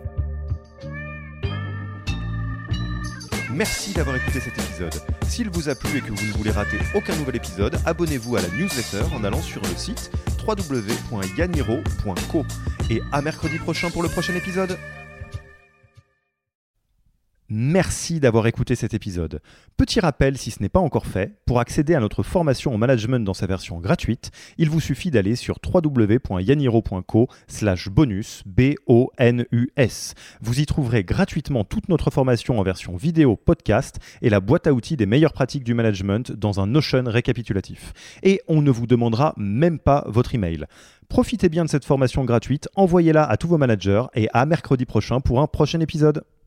C: Merci d'avoir écouté cet épisode. S'il vous a plu et que vous ne voulez rater aucun nouvel épisode, abonnez-vous à la newsletter en allant sur le site www.yaniro.co. Et à mercredi prochain pour le prochain épisode. Merci d'avoir écouté cet épisode. Petit rappel, si ce n'est pas encore fait, pour accéder à notre formation au management dans sa version gratuite, il vous suffit d'aller sur www.yaniro.co/bonus, BONUS. Vous y trouverez gratuitement toute notre formation en version vidéo, podcast et la boîte à outils des meilleures pratiques du management dans un Notion récapitulatif. Et on ne vous demandera même pas votre email. Profitez bien de cette formation gratuite, envoyez-la à tous vos managers et à mercredi prochain pour un prochain épisode.